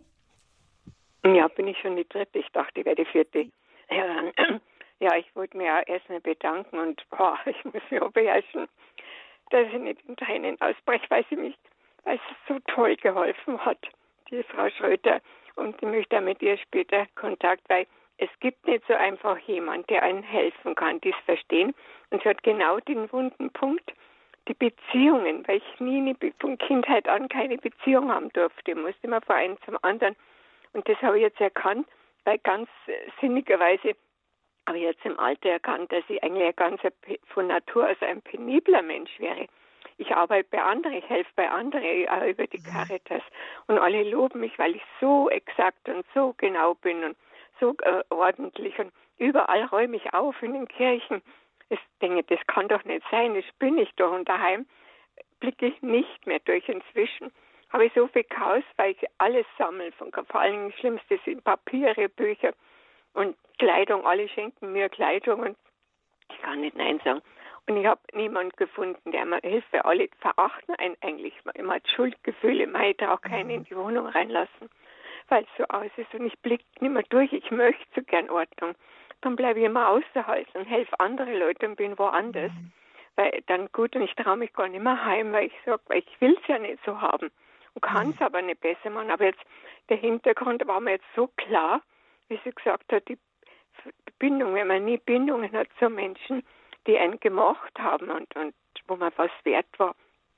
Ja, bin ich schon die dritte. Ich dachte, ich wäre die vierte. Ja, ja, ich wollte mir auch erstmal bedanken und boah, ich muss mich auch beherrschen, dass ich nicht in Tränen ausbreche, weil sie mich, weil sie so toll geholfen hat, die Frau Schröter. Und ich möchte mit ihr später Kontakt, weil es gibt nicht so einfach jemand, der einen helfen kann, dies verstehen. Und sie hat genau den wunden Punkt, die Beziehungen, weil ich nie eine, von Kindheit an keine Beziehung haben durfte. Ich musste immer von einem zum anderen. Und das habe ich jetzt erkannt, weil ganz sinnigerweise habe ich jetzt im Alter erkannt, dass ich eigentlich ein ganz von Natur aus ein penibler Mensch wäre. Ich arbeite bei anderen, ich helfe bei anderen, auch über die Caritas. Und alle loben mich, weil ich so exakt und so genau bin und so äh, ordentlich. Und überall räume ich auf in den Kirchen. Ich denke, das kann doch nicht sein, das bin ich doch. Und daheim blicke ich nicht mehr durch. Inzwischen habe ich so viel Chaos, weil ich alles sammle. Von, vor allem das Schlimmste sind Papiere, Bücher und Kleidung. Alle schenken mir Kleidung und ich kann nicht Nein sagen. Und ich habe niemanden gefunden, der mir hilft, weil alle verachten einen eigentlich. Man hat Schuldgefühle, man hätte auch keinen in die Wohnung reinlassen, weil es so aus ist. Und ich blicke nicht mehr durch, ich möchte so gern Ordnung. Dann bleibe ich immer außerhalb und helfe andere Leute und bin woanders. Mhm. Weil dann gut, und ich traue mich gar nicht mehr heim, weil ich sage, weil ich will es ja nicht so haben. Und kann es aber nicht besser machen. Aber jetzt, der Hintergrund war mir jetzt so klar, wie sie gesagt hat, die Bindung, wenn man nie Bindungen hat zu Menschen, die einen gemocht haben und, und wo man was wert war,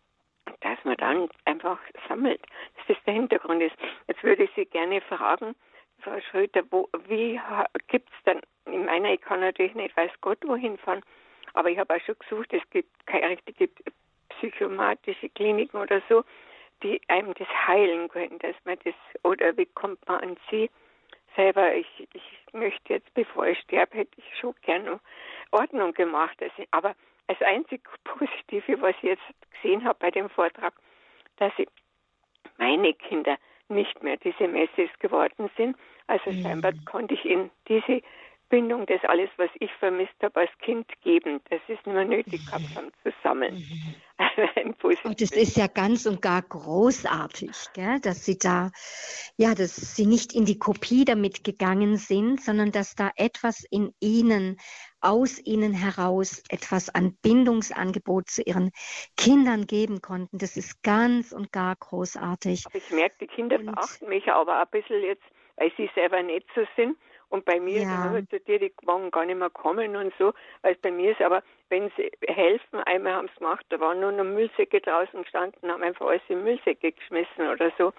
dass man dann einfach sammelt, dass das der Hintergrund ist. Jetzt würde ich Sie gerne fragen, Frau Schröter, wo, wie gibt es denn, ich meine, ich kann natürlich nicht, weiß Gott, wohin fahren, aber ich habe auch schon gesucht, es gibt keine richtige psychomatische Kliniken oder so, die einem das heilen können, dass man das, oder wie kommt man an Sie selber, ich, ich möchte jetzt, bevor ich sterbe, hätte ich schon gerne Ordnung gemacht, also, aber das einzig Positive, was ich jetzt gesehen habe bei dem Vortrag, dass ich, meine Kinder nicht mehr diese Messis geworden sind, also mhm. scheinbar konnte ich ihnen diese Bindung, das alles, was ich vermisst habe als Kind, geben. Das ist nicht mehr nötig gehabt haben zu sammeln. Also ein oh, das ist ja ganz und gar großartig, gell? Dass Sie da, ja, dass Sie nicht in die Kopie damit gegangen sind, sondern dass da etwas in Ihnen, aus Ihnen heraus, etwas an Bindungsangebot zu Ihren Kindern geben konnten. Das ist ganz und gar großartig. Aber ich merke, die Kinder und verachten mich aber ein bisschen jetzt, weil sie selber nicht so sind. Und bei mir ja. ist zu dir, die wollen gar nicht mehr kommen und so, weil bei mir ist aber, wenn sie helfen, einmal haben sie gemacht, da waren nur noch Müllsäcke draußen gestanden, haben einfach alles in Müllsäcke geschmissen oder so.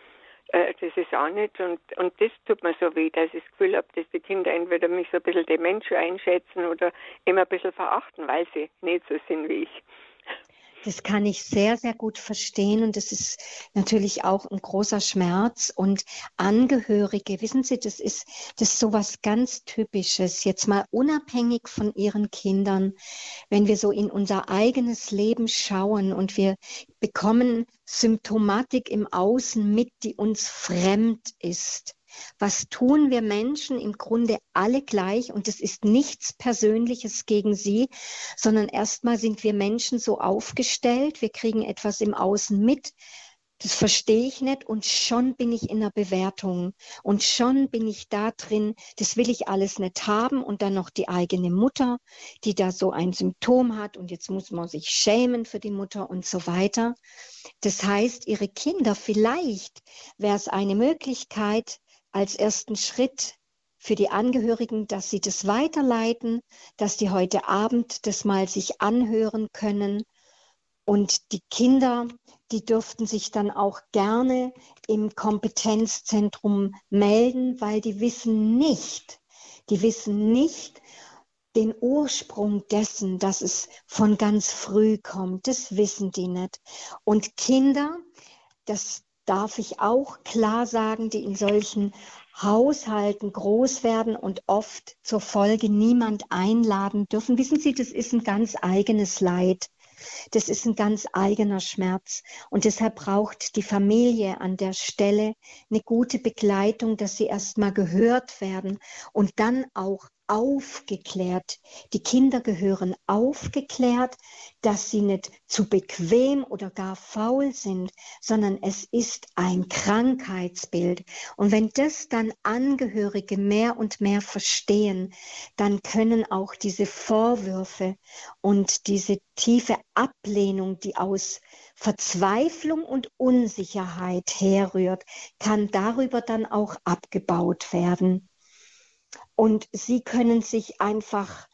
äh, das ist auch nicht. Und, und das tut mir so weh, dass ich das Gefühl habe, dass die Kinder entweder mich so ein bisschen dement einschätzen oder immer ein bisschen verachten, weil sie nicht so sind wie ich. Das kann ich sehr, sehr gut verstehen und das ist natürlich auch ein großer Schmerz. Und Angehörige, wissen Sie, das ist, das ist so was ganz Typisches, jetzt mal unabhängig von Ihren Kindern, wenn wir so in unser eigenes Leben schauen und wir bekommen Symptomatik im Außen mit, die uns fremd ist. Was tun wir Menschen im Grunde alle gleich? Und es ist nichts Persönliches gegen sie, sondern erstmal sind wir Menschen so aufgestellt, wir kriegen etwas im Außen mit, das verstehe ich nicht und schon bin ich in einer Bewertung und schon bin ich da drin, das will ich alles nicht haben und dann noch die eigene Mutter, die da so ein Symptom hat und jetzt muss man sich schämen für die Mutter und so weiter. Das heißt, ihre Kinder, vielleicht wäre es eine Möglichkeit, als ersten Schritt für die Angehörigen, dass sie das weiterleiten, dass die heute Abend das mal sich anhören können. Und die Kinder, die dürften sich dann auch gerne im Kompetenzzentrum melden, weil die wissen nicht, die wissen nicht den Ursprung dessen, dass es von ganz früh kommt. Das wissen die nicht. Und Kinder, das darf ich auch klar sagen, die in solchen Haushalten groß werden und oft zur Folge niemand einladen dürfen. Wissen Sie, das ist ein ganz eigenes Leid. Das ist ein ganz eigener Schmerz. Und deshalb braucht die Familie an der Stelle eine gute Begleitung, dass sie erstmal gehört werden und dann auch aufgeklärt. Die Kinder gehören aufgeklärt, dass sie nicht zu bequem oder gar faul sind, sondern es ist ein Krankheitsbild. Und wenn das dann Angehörige mehr und mehr verstehen, dann können auch diese Vorwürfe und diese tiefe Ablehnung, die aus Verzweiflung und Unsicherheit herrührt, kann darüber dann auch abgebaut werden. Und Sie können sich einfach,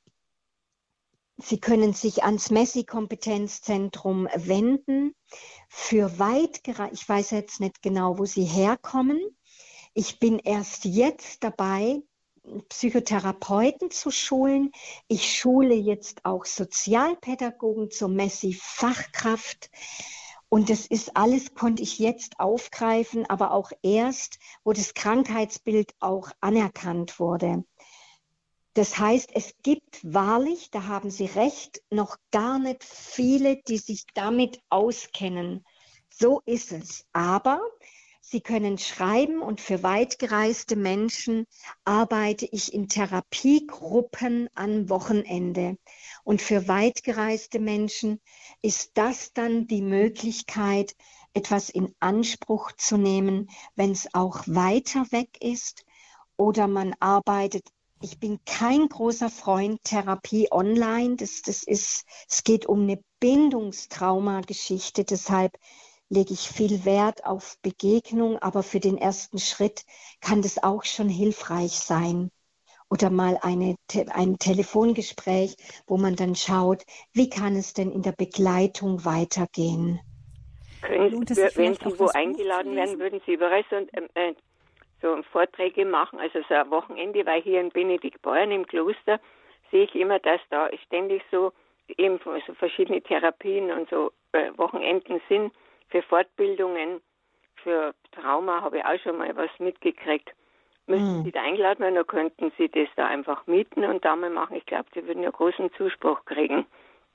Sie können sich ans Messi-Kompetenzzentrum wenden. Für weit, ich weiß jetzt nicht genau, wo Sie herkommen. Ich bin erst jetzt dabei, Psychotherapeuten zu schulen. Ich schule jetzt auch Sozialpädagogen zur Messi-Fachkraft. Und das ist alles, konnte ich jetzt aufgreifen, aber auch erst, wo das Krankheitsbild auch anerkannt wurde. Das heißt, es gibt wahrlich, da haben Sie recht, noch gar nicht viele, die sich damit auskennen. So ist es. Aber Sie können schreiben und für weitgereiste Menschen arbeite ich in Therapiegruppen am Wochenende. Und für weitgereiste Menschen ist das dann die Möglichkeit, etwas in Anspruch zu nehmen, wenn es auch weiter weg ist oder man arbeitet. Ich bin kein großer Freund Therapie online. Das, das ist, es geht um eine Bindungstrauma-Geschichte. Deshalb lege ich viel Wert auf Begegnung, aber für den ersten Schritt kann das auch schon hilfreich sein. Oder mal eine, ein Telefongespräch, wo man dann schaut, wie kann es denn in der Begleitung weitergehen. Können Sie, wenn Sie wo eingeladen werden, würden Sie überall so, äh, so Vorträge machen, also so ein Wochenende, weil hier in Benediktbeuern im Kloster sehe ich immer, dass da ständig so eben so verschiedene Therapien und so äh, Wochenenden sind. Für Fortbildungen, für Trauma habe ich auch schon mal was mitgekriegt. Müssen mm. Sie da eingeladen werden, oder könnten Sie das da einfach mieten und da mal machen? Ich glaube, Sie würden ja großen Zuspruch kriegen.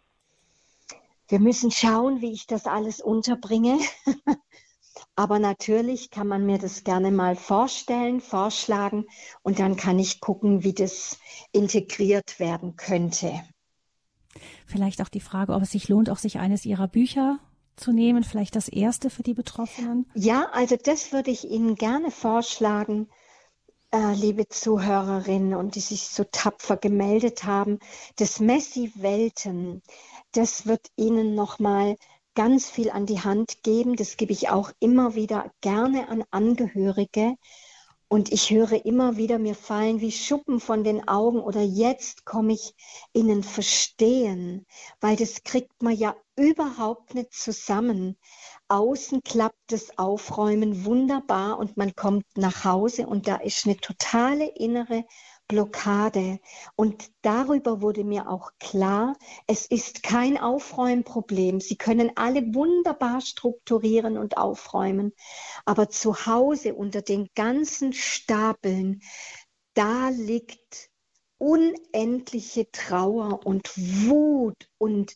Wir müssen schauen, wie ich das alles unterbringe. Aber natürlich kann man mir das gerne mal vorstellen, vorschlagen und dann kann ich gucken, wie das integriert werden könnte. Vielleicht auch die Frage, ob es sich lohnt, auch sich eines Ihrer Bücher zu nehmen, vielleicht das erste für die Betroffenen? Ja, also das würde ich Ihnen gerne vorschlagen, äh, liebe Zuhörerinnen und die sich so tapfer gemeldet haben. Das Messi-Welten, das wird Ihnen nochmal ganz viel an die Hand geben. Das gebe ich auch immer wieder gerne an Angehörige. Und ich höre immer wieder, mir fallen wie Schuppen von den Augen oder jetzt komme ich in ein Verstehen, weil das kriegt man ja überhaupt nicht zusammen. Außen klappt das Aufräumen wunderbar und man kommt nach Hause und da ist eine totale innere Blockade. Und darüber wurde mir auch klar, es ist kein Aufräumproblem. Sie können alle wunderbar strukturieren und aufräumen. Aber zu Hause unter den ganzen Stapeln, da liegt unendliche Trauer und Wut und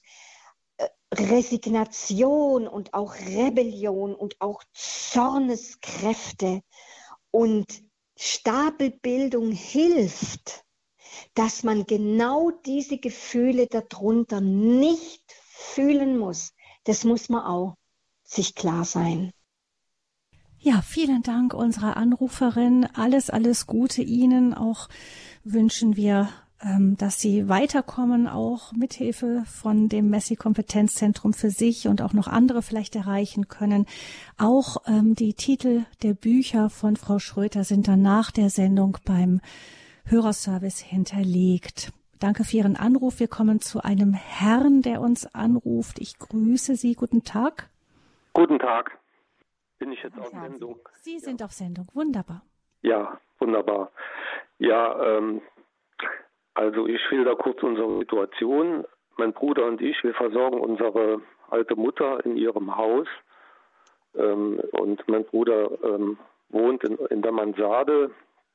Resignation und auch Rebellion und auch Zorneskräfte. Und Stapelbildung hilft, dass man genau diese Gefühle darunter nicht fühlen muss. Das muss man auch sich klar sein. Ja, vielen Dank unserer Anruferin. Alles, alles Gute Ihnen. Auch wünschen wir, dass Sie weiterkommen, auch mithilfe von dem Messi-Kompetenzzentrum für sich und auch noch andere vielleicht erreichen können. Auch ähm, die Titel der Bücher von Frau Schröter sind dann nach der Sendung beim Hörerservice hinterlegt. Danke für Ihren Anruf. Wir kommen zu einem Herrn, der uns anruft. Ich grüße Sie. Guten Tag. Guten Tag. Bin ich jetzt auf Sendung? Sie sind ja auf Sendung. Wunderbar. Ja, wunderbar. Ja, ähm, also ich schilder kurz unsere Situation. Mein Bruder und ich, wir versorgen unsere alte Mutter in ihrem Haus. Ähm, und mein Bruder ähm, wohnt in, in der Mansarde.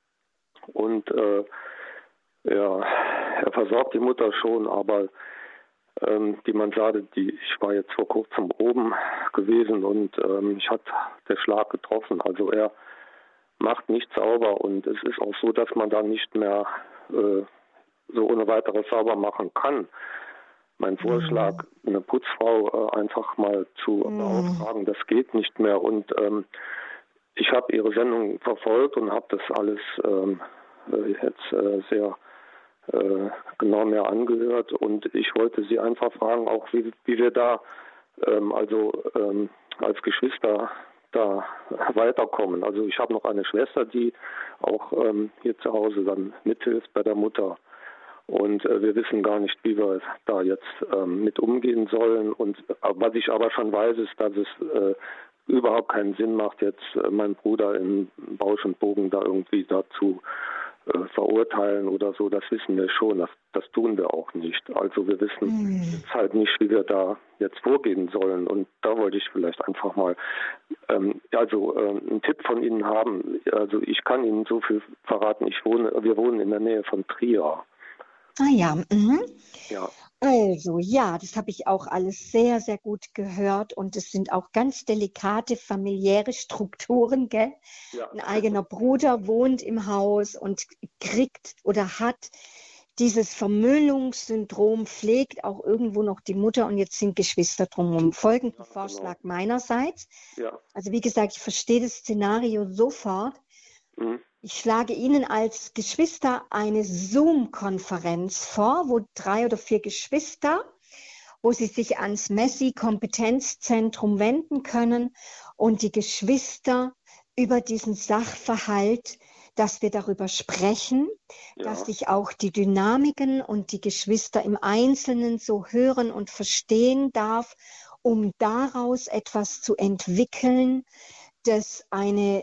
Und äh, ja, er versorgt die Mutter schon, aber ähm, die Mansarde, die, ich war jetzt vor kurzem oben gewesen und ähm, ich hatte der Schlag getroffen. Also er macht nicht sauber und es ist auch so, dass man da nicht mehr äh, so ohne weiteres sauber machen kann. Mein Vorschlag, eine Putzfrau äh, einfach mal zu mm. beauftragen, das geht nicht mehr. Und ähm, ich habe Ihre Sendung verfolgt und habe das alles ähm, jetzt äh, sehr äh, genau mir angehört. Und ich wollte Sie einfach fragen, auch wie, wie wir da ähm, also ähm, als Geschwister da weiterkommen. Also ich habe noch eine Schwester, die auch ähm, hier zu Hause dann mithilft bei der Mutter. Und äh, wir wissen gar nicht, wie wir da jetzt ähm, mit umgehen sollen. Und äh, was ich aber schon weiß, ist, dass es äh, überhaupt keinen Sinn macht, jetzt äh, meinen Bruder in Bausch und Bogen da irgendwie dazu äh, verurteilen oder so. Das wissen wir schon. Das, das tun wir auch nicht. Also wir wissen mhm. jetzt halt nicht, wie wir da jetzt vorgehen sollen. Und da wollte ich vielleicht einfach mal ähm, also äh, einen Tipp von Ihnen haben. Also ich kann Ihnen so viel verraten. Ich wohne, wir wohnen in der Nähe von Trier. Ah ja, mhm. ja. Also ja, das habe ich auch alles sehr, sehr gut gehört und es sind auch ganz delikate familiäre Strukturen, gell? Ja. Ein eigener Bruder wohnt im Haus und kriegt oder hat dieses Vermüllungssyndrom, pflegt auch irgendwo noch die Mutter und jetzt sind Geschwister drumherum. Folgenden ja, Vorschlag genau. meinerseits. Ja. Also wie gesagt, ich verstehe das Szenario sofort. Mhm. Ich schlage Ihnen als Geschwister eine Zoom-Konferenz vor, wo drei oder vier Geschwister, wo Sie sich ans Messi-Kompetenzzentrum wenden können und die Geschwister über diesen Sachverhalt, dass wir darüber sprechen, ja. dass ich auch die Dynamiken und die Geschwister im Einzelnen so hören und verstehen darf, um daraus etwas zu entwickeln, das eine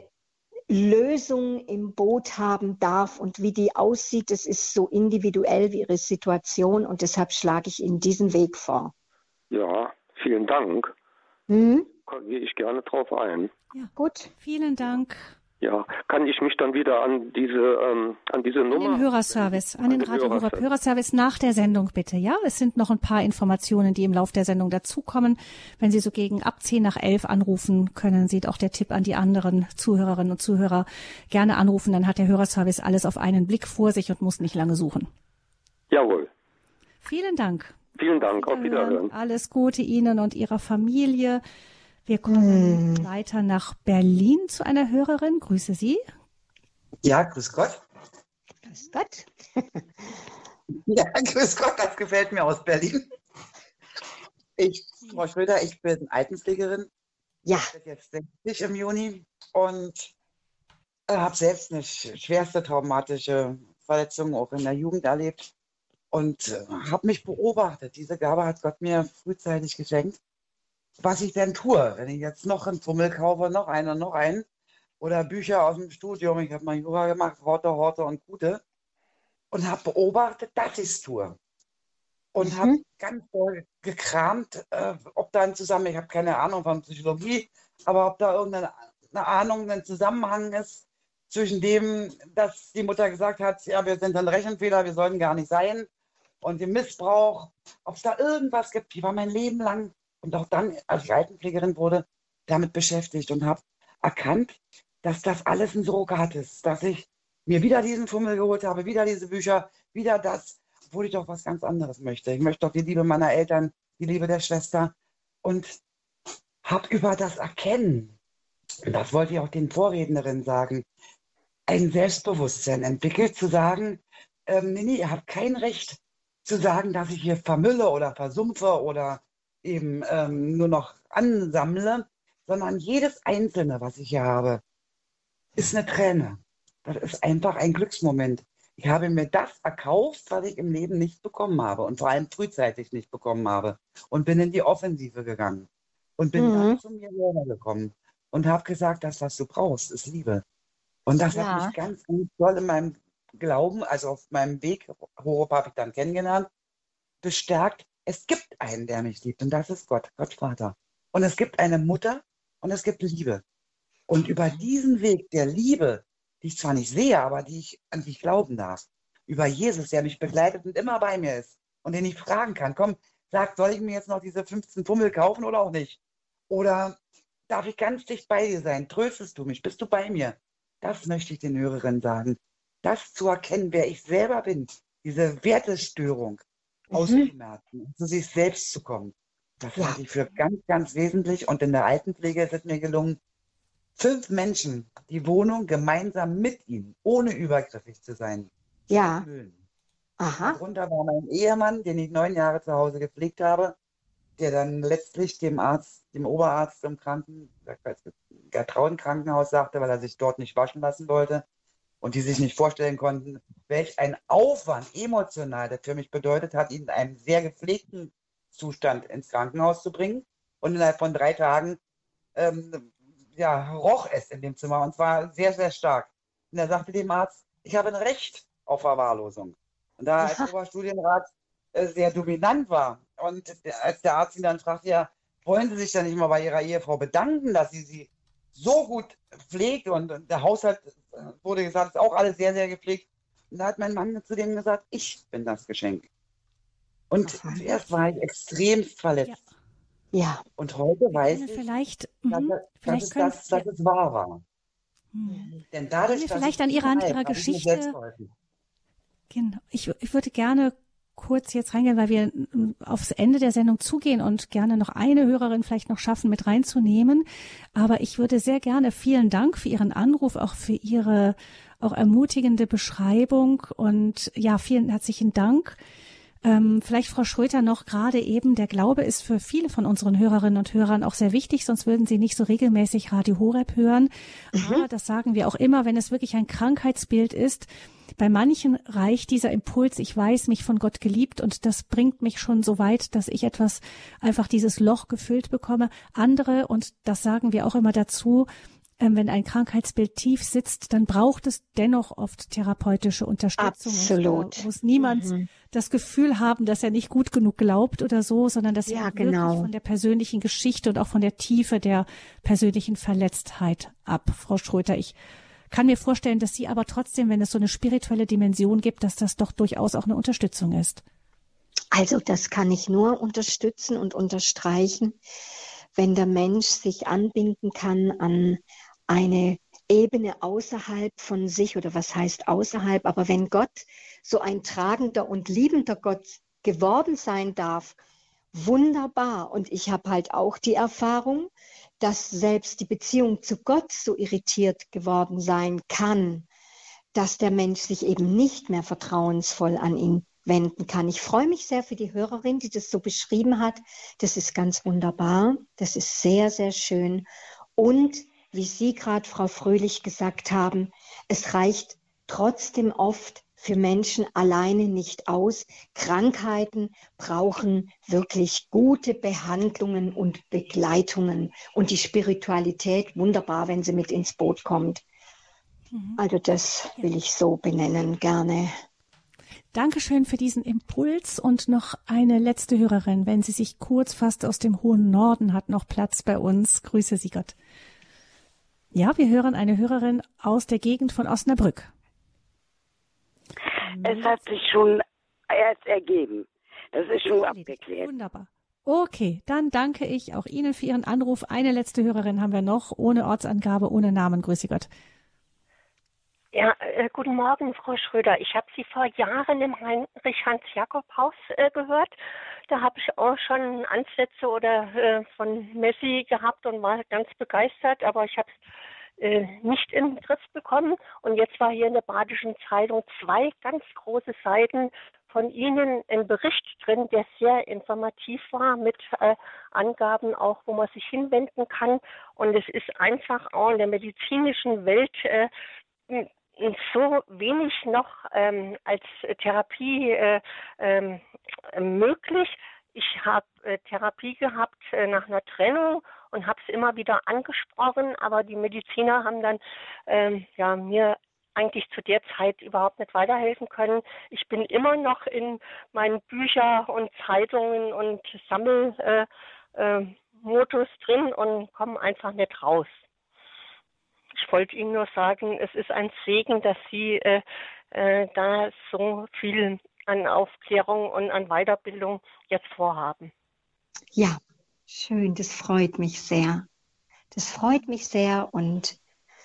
Lösung im Boot haben darf und wie die aussieht, das ist so individuell wie Ihre Situation und deshalb schlage ich Ihnen diesen Weg vor. Ja, vielen Dank. Hm? Da gehe ich gerne drauf ein. Ja, gut. Vielen Dank. Ja, kann ich mich dann wieder an diese ähm, an diese an Nummer... An den Hörerservice, an, an den, den Radio Horeb Hörerservice nach der Sendung bitte, ja? Es sind noch ein paar Informationen, die im Laufe der Sendung dazukommen. Wenn Sie so gegen ab zehn nach elf anrufen, können Sie auch der Tipp an die anderen Zuhörerinnen und Zuhörer gerne anrufen. Dann hat der Hörerservice alles auf einen Blick vor sich und muss nicht lange suchen. Jawohl. Vielen Dank. Vielen Dank, auf Wiederhören. Alles Gute Ihnen und Ihrer Familie. Wir kommen hm. weiter nach Berlin zu einer Hörerin. Grüße Sie. Ja, grüß Gott. Grüß Gott. Ja, grüß Gott, das gefällt mir aus Berlin. Ich, Frau Schröder, ich bin Altenpflegerin. Ja. Ich bin jetzt sechzig im Juni und habe selbst eine schwerste traumatische Verletzung auch in der Jugend erlebt. und äh, habe mich beobachtet. Diese Gabe hat Gott mir frühzeitig geschenkt. Was ich denn tue, wenn ich jetzt noch einen Fummel kaufe, noch einen, noch einen, oder Bücher aus dem Studium, ich habe mal Jura gemacht, Horte, Horte und Gute, und habe beobachtet, dass ich es tue. Und Mhm. habe ganz doll gekramt, äh, ob da ein Zusammenhang, ich habe keine Ahnung von Psychologie, aber ob da irgendeine eine Ahnung, ein Zusammenhang ist zwischen dem, dass die Mutter gesagt hat, ja, wir sind ein Rechenfehler, wir sollten gar nicht sein, und dem Missbrauch, ob es da irgendwas gibt. Ich war mein Leben lang und auch dann, als ich Altenpflegerin wurde, damit beschäftigt und habe erkannt, dass das alles ein Surrogat ist, dass ich mir wieder diesen Fummel geholt habe, wieder diese Bücher, wieder das, obwohl ich doch was ganz anderes möchte. Ich möchte doch die Liebe meiner Eltern, die Liebe der Schwester, und habe über das Erkennen, und das wollte ich auch den Vorrednerinnen sagen, ein Selbstbewusstsein entwickelt, zu sagen, ähm, nee, nee, ihr habt kein Recht zu sagen, dass ich hier vermülle oder versumpfe oder eben ähm, nur noch ansammle, sondern jedes Einzelne, was ich hier habe, ist eine Träne. Das ist einfach ein Glücksmoment. Ich habe mir das erkauft, was ich im Leben nicht bekommen habe und vor allem frühzeitig nicht bekommen habe, und bin in die Offensive gegangen und bin Mhm. dann zu mir selber gekommen und habe gesagt, das, was du brauchst, ist Liebe. Und das hat Ja. mich ganz, ganz toll in meinem Glauben, also auf meinem Weg, Horeb habe ich dann kennengelernt, bestärkt. Es gibt einen, der mich liebt, und das ist Gott, Gott Vater. Und es gibt eine Mutter und es gibt Liebe. Und über diesen Weg der Liebe, die ich zwar nicht sehe, aber die ich, an die ich glauben darf, über Jesus, der mich begleitet und immer bei mir ist und den ich fragen kann, komm, sag, soll ich mir jetzt noch diese fünfzehn Pummel kaufen oder auch nicht? Oder darf ich ganz dicht bei dir sein? Tröstest du mich? Bist du bei mir? Das möchte ich den Hörerinnen sagen. Das zu erkennen, wer ich selber bin, diese Wertestörung Mhm. auszumerzen, zu sich selbst zu kommen, das Ja. halte ich für ganz, ganz wesentlich. Und in der Altenpflege ist es mir gelungen, fünf Menschen die Wohnung gemeinsam mit ihnen, ohne übergriffig zu sein, zu Ja. füllen. Aha. Darunter war mein Ehemann, den ich neun Jahre zu Hause gepflegt habe, der dann letztlich dem Arzt, dem Oberarzt im Kranken, Gertrauen-Krankenhaus sagte, weil er sich dort nicht waschen lassen wollte und die sich nicht vorstellen konnten, welch ein Aufwand emotional das für mich bedeutet hat, ihn in einem sehr gepflegten Zustand ins Krankenhaus zu bringen. Und innerhalb von drei Tagen ähm, ja, roch es in dem Zimmer, und zwar sehr, sehr stark. Und er sagte dem Arzt, ich habe ein Recht auf Verwahrlosung. Und da er als Aha. Oberstudienrat äh, sehr dominant war und der, als der Arzt ihn dann fragte, ja, wollen Sie sich dann nicht mal bei Ihrer Ehefrau bedanken, dass sie sie so gut pflegt, und der Haushalt, äh, wurde gesagt, ist auch alles sehr, sehr gepflegt. Und da hat mein Mann zu dem gesagt, ich bin das Geschenk. Und Aha. zuerst war ich extremst verletzt. Ja. Ja. Und heute Wir weiß können ich, vielleicht, dass, mhm, dass, vielleicht es, können dass, dass wir, es wahr war. mhm. Denn Können dadurch, wir dass vielleicht ich an Ihrer, an innerhalb, Ihrer habe ich mir Geschichte, selbst geholfen. genau, ich, ich würde gerne kurz jetzt reingehen, weil wir mm, aufs Ende der Sendung zugehen und gerne noch eine Hörerin vielleicht noch schaffen, mit reinzunehmen. Aber ich würde sehr gerne, vielen Dank für Ihren Anruf, auch für Ihre auch ermutigende Beschreibung, und ja, vielen herzlichen Dank. Ähm, vielleicht Frau Schröter noch gerade eben, der Glaube ist für viele von unseren Hörerinnen und Hörern auch sehr wichtig, sonst würden sie nicht so regelmäßig Radio Horeb hören. Mhm. Aber das sagen wir auch immer, wenn es wirklich ein Krankheitsbild ist. Bei manchen reicht dieser Impuls, ich weiß mich von Gott geliebt, und das bringt mich schon so weit, dass ich etwas, einfach dieses Loch gefüllt bekomme. Andere, und das sagen wir auch immer dazu, ähm, wenn ein Krankheitsbild tief sitzt, dann braucht es dennoch oft therapeutische Unterstützung. Absolut. Und da muss niemand Mhm. das Gefühl haben, dass er nicht gut genug glaubt oder so, sondern dass Ja, er genau. wirklich von der persönlichen Geschichte und auch von der Tiefe der persönlichen Verletztheit ab. Frau Schröter, ich kann mir vorstellen, dass Sie aber trotzdem, wenn es so eine spirituelle Dimension gibt, dass das doch durchaus auch eine Unterstützung ist. Also das kann ich nur unterstützen und unterstreichen, wenn der Mensch sich anbinden kann an eine Ebene außerhalb von sich, oder was heißt außerhalb, aber wenn Gott so ein tragender und liebender Gott geworden sein darf, wunderbar. Und ich habe halt auch die Erfahrung, dass selbst die Beziehung zu Gott so irritiert geworden sein kann, dass der Mensch sich eben nicht mehr vertrauensvoll an ihn wenden kann. Ich freue mich sehr für die Hörerin, die das so beschrieben hat. Das ist ganz wunderbar. Das ist sehr, sehr schön. Und wie Sie gerade, Frau Fröhlich, gesagt haben, es reicht trotzdem oft für Menschen alleine nicht aus. Krankheiten brauchen wirklich gute Behandlungen und Begleitungen. Und die Spiritualität, wunderbar, wenn sie mit ins Boot kommt. Mhm. Also das ja. will ich so benennen, gerne. Dankeschön für diesen Impuls und noch eine letzte Hörerin, wenn sie sich kurz fasst, aus dem hohen Norden, hat noch Platz bei uns. Grüße Sie Gott. Ja, wir hören eine Hörerin aus der Gegend von Osnabrück. Es hat sich schon erst ergeben. Das ist schon abgeklärt. Wunderbar. Okay, dann danke ich auch Ihnen für Ihren Anruf. Eine letzte Hörerin haben wir noch, ohne Ortsangabe, ohne Namen. Grüße Gott. Ja, äh, guten Morgen, Frau Schröder. Ich habe Sie vor Jahren im Heinrich-Hans-Jakob-Haus äh, gehört. Da habe ich auch schon Ansätze oder äh, von Messi gehabt und war ganz begeistert, aber ich habe es äh, nicht in den Griff bekommen. Und jetzt war hier in der Badischen Zeitung zwei ganz große Seiten von Ihnen ein Bericht drin, der sehr informativ war, mit äh, Angaben auch, wo man sich hinwenden kann. Und es ist einfach auch in der medizinischen Welt äh, so wenig noch ähm, als Therapie äh, ähm, möglich. Ich habe äh, Therapie gehabt äh, nach einer Trennung und habe es immer wieder angesprochen, aber die Mediziner haben dann ähm, ja, mir eigentlich zu der Zeit überhaupt nicht weiterhelfen können. Ich bin immer noch in meinen Büchern und Zeitungen und Sammelmodus äh, äh, drin und komme einfach nicht raus. Ich wollte Ihnen nur sagen, es ist ein Segen, dass Sie äh, äh, da so viel an Aufklärung und an Weiterbildung jetzt vorhaben. Ja, schön, das freut mich sehr. Das freut mich sehr und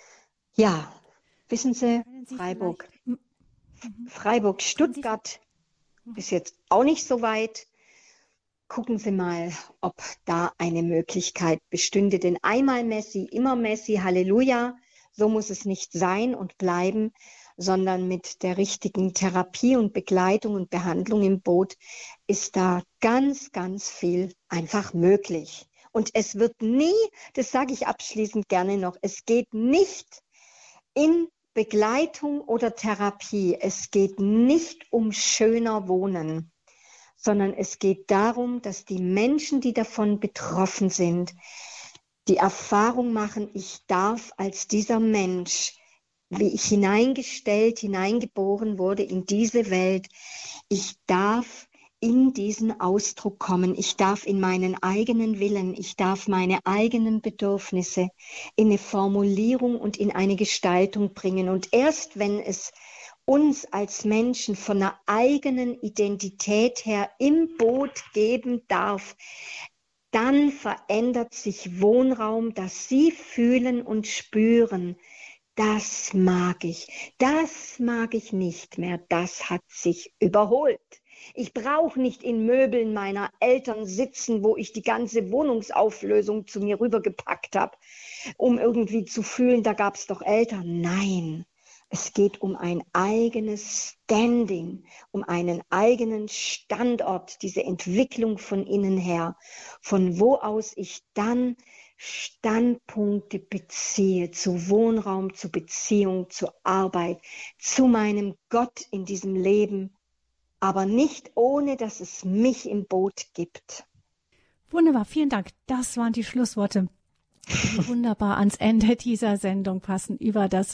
ja, wissen Sie, Sie Freiburg, mhm. Freiburg, Stuttgart ist jetzt auch nicht so weit. Gucken Sie mal, ob da eine Möglichkeit bestünde. Denn einmal Messi, immer Messi, Halleluja, so muss es nicht sein und bleiben, sondern mit der richtigen Therapie und Begleitung und Behandlung im Boot ist da ganz, ganz viel einfach möglich. Und es wird nie, das sage ich abschließend gerne noch, es geht nicht in Begleitung oder Therapie, es geht nicht um schöner Wohnen, sondern es geht darum, dass die Menschen, die davon betroffen sind, die Erfahrung machen, ich darf als dieser Mensch, wie ich hineingestellt, hineingeboren wurde in diese Welt, ich darf in diesen Ausdruck kommen, ich darf in meinen eigenen Willen, ich darf meine eigenen Bedürfnisse in eine Formulierung und in eine Gestaltung bringen. Und erst wenn es uns als Menschen von einer eigenen Identität her im Boot geben darf, dann verändert sich Wohnraum, dass Sie fühlen und spüren, das mag ich, das mag ich nicht mehr, das hat sich überholt. Ich brauche nicht in Möbeln meiner Eltern sitzen, wo ich die ganze Wohnungsauflösung zu mir rübergepackt habe, um irgendwie zu fühlen, da gab es doch Eltern. Nein. Es geht um ein eigenes Standing, um einen eigenen Standort, diese Entwicklung von innen her, von wo aus ich dann Standpunkte beziehe, zu Wohnraum, zu Beziehung, zu Arbeit, zu meinem Gott in diesem Leben, aber nicht ohne, dass es mich im Boot gibt. Wunderbar, vielen Dank. Das waren die Schlussworte, die wunderbar ans Ende dieser Sendung passen, über das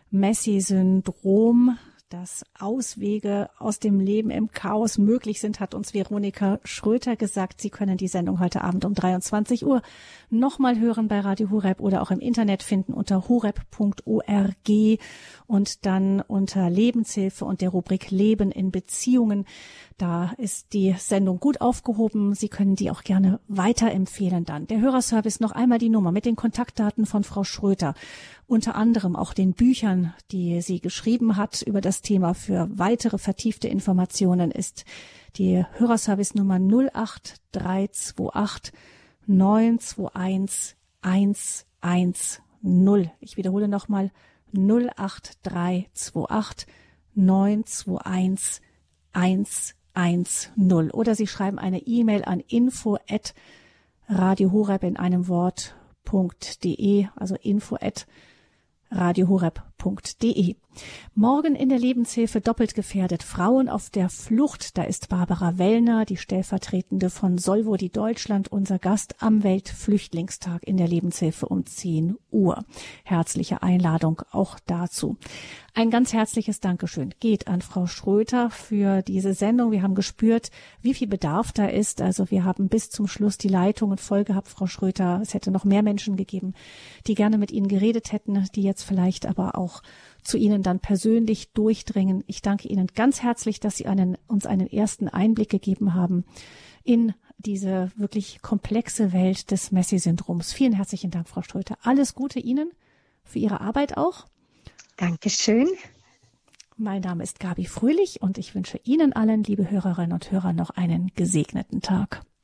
Messi-Syndrom, dass Auswege aus dem Leben im Chaos möglich sind, hat uns Veronika Schröter gesagt. Sie können die Sendung heute Abend um dreiundzwanzig Uhr nochmal hören bei Radio Horeb oder auch im Internet finden unter horeb punkt org und dann unter Lebenshilfe und der Rubrik Leben in Beziehungen. Da ist die Sendung gut aufgehoben. Sie können die auch gerne weiterempfehlen dann. Der Hörerservice, noch einmal die Nummer mit den Kontaktdaten von Frau Schröter. Unter anderem auch den Büchern, die sie geschrieben hat über das Thema. Für weitere vertiefte Informationen ist die Hörerservice-Nummer null acht drei zwei acht neun zwei eins eins eins null. Ich wiederhole nochmal null acht drei zwei acht neun zwei eins eins eins null. Oder Sie schreiben eine E-Mail an info at radiohoreb in einem Wort.de, also info at radiohoreb punkt de. Morgen in der Lebenshilfe doppelt gefährdet. Frauen auf der Flucht. Da ist Barbara Wellner, die Stellvertretende von Solvodi Deutschland, unser Gast am Weltflüchtlingstag in der Lebenshilfe um zehn Uhr. Herzliche Einladung auch dazu. Ein ganz herzliches Dankeschön geht an Frau Schröter für diese Sendung. Wir haben gespürt, wie viel Bedarf da ist. Also wir haben bis zum Schluss die Leitungen voll gehabt, Frau Schröter. Es hätte noch mehr Menschen gegeben, die gerne mit Ihnen geredet hätten, die jetzt vielleicht aber auch zu Ihnen dann persönlich durchdringen. Ich danke Ihnen ganz herzlich, dass Sie einen, uns einen ersten Einblick gegeben haben in diese wirklich komplexe Welt des Messi-Syndroms. Vielen herzlichen Dank, Frau Schröter. Alles Gute Ihnen für Ihre Arbeit auch. Dankeschön. Mein Name ist Gabi Fröhlich und ich wünsche Ihnen allen, liebe Hörerinnen und Hörer, noch einen gesegneten Tag.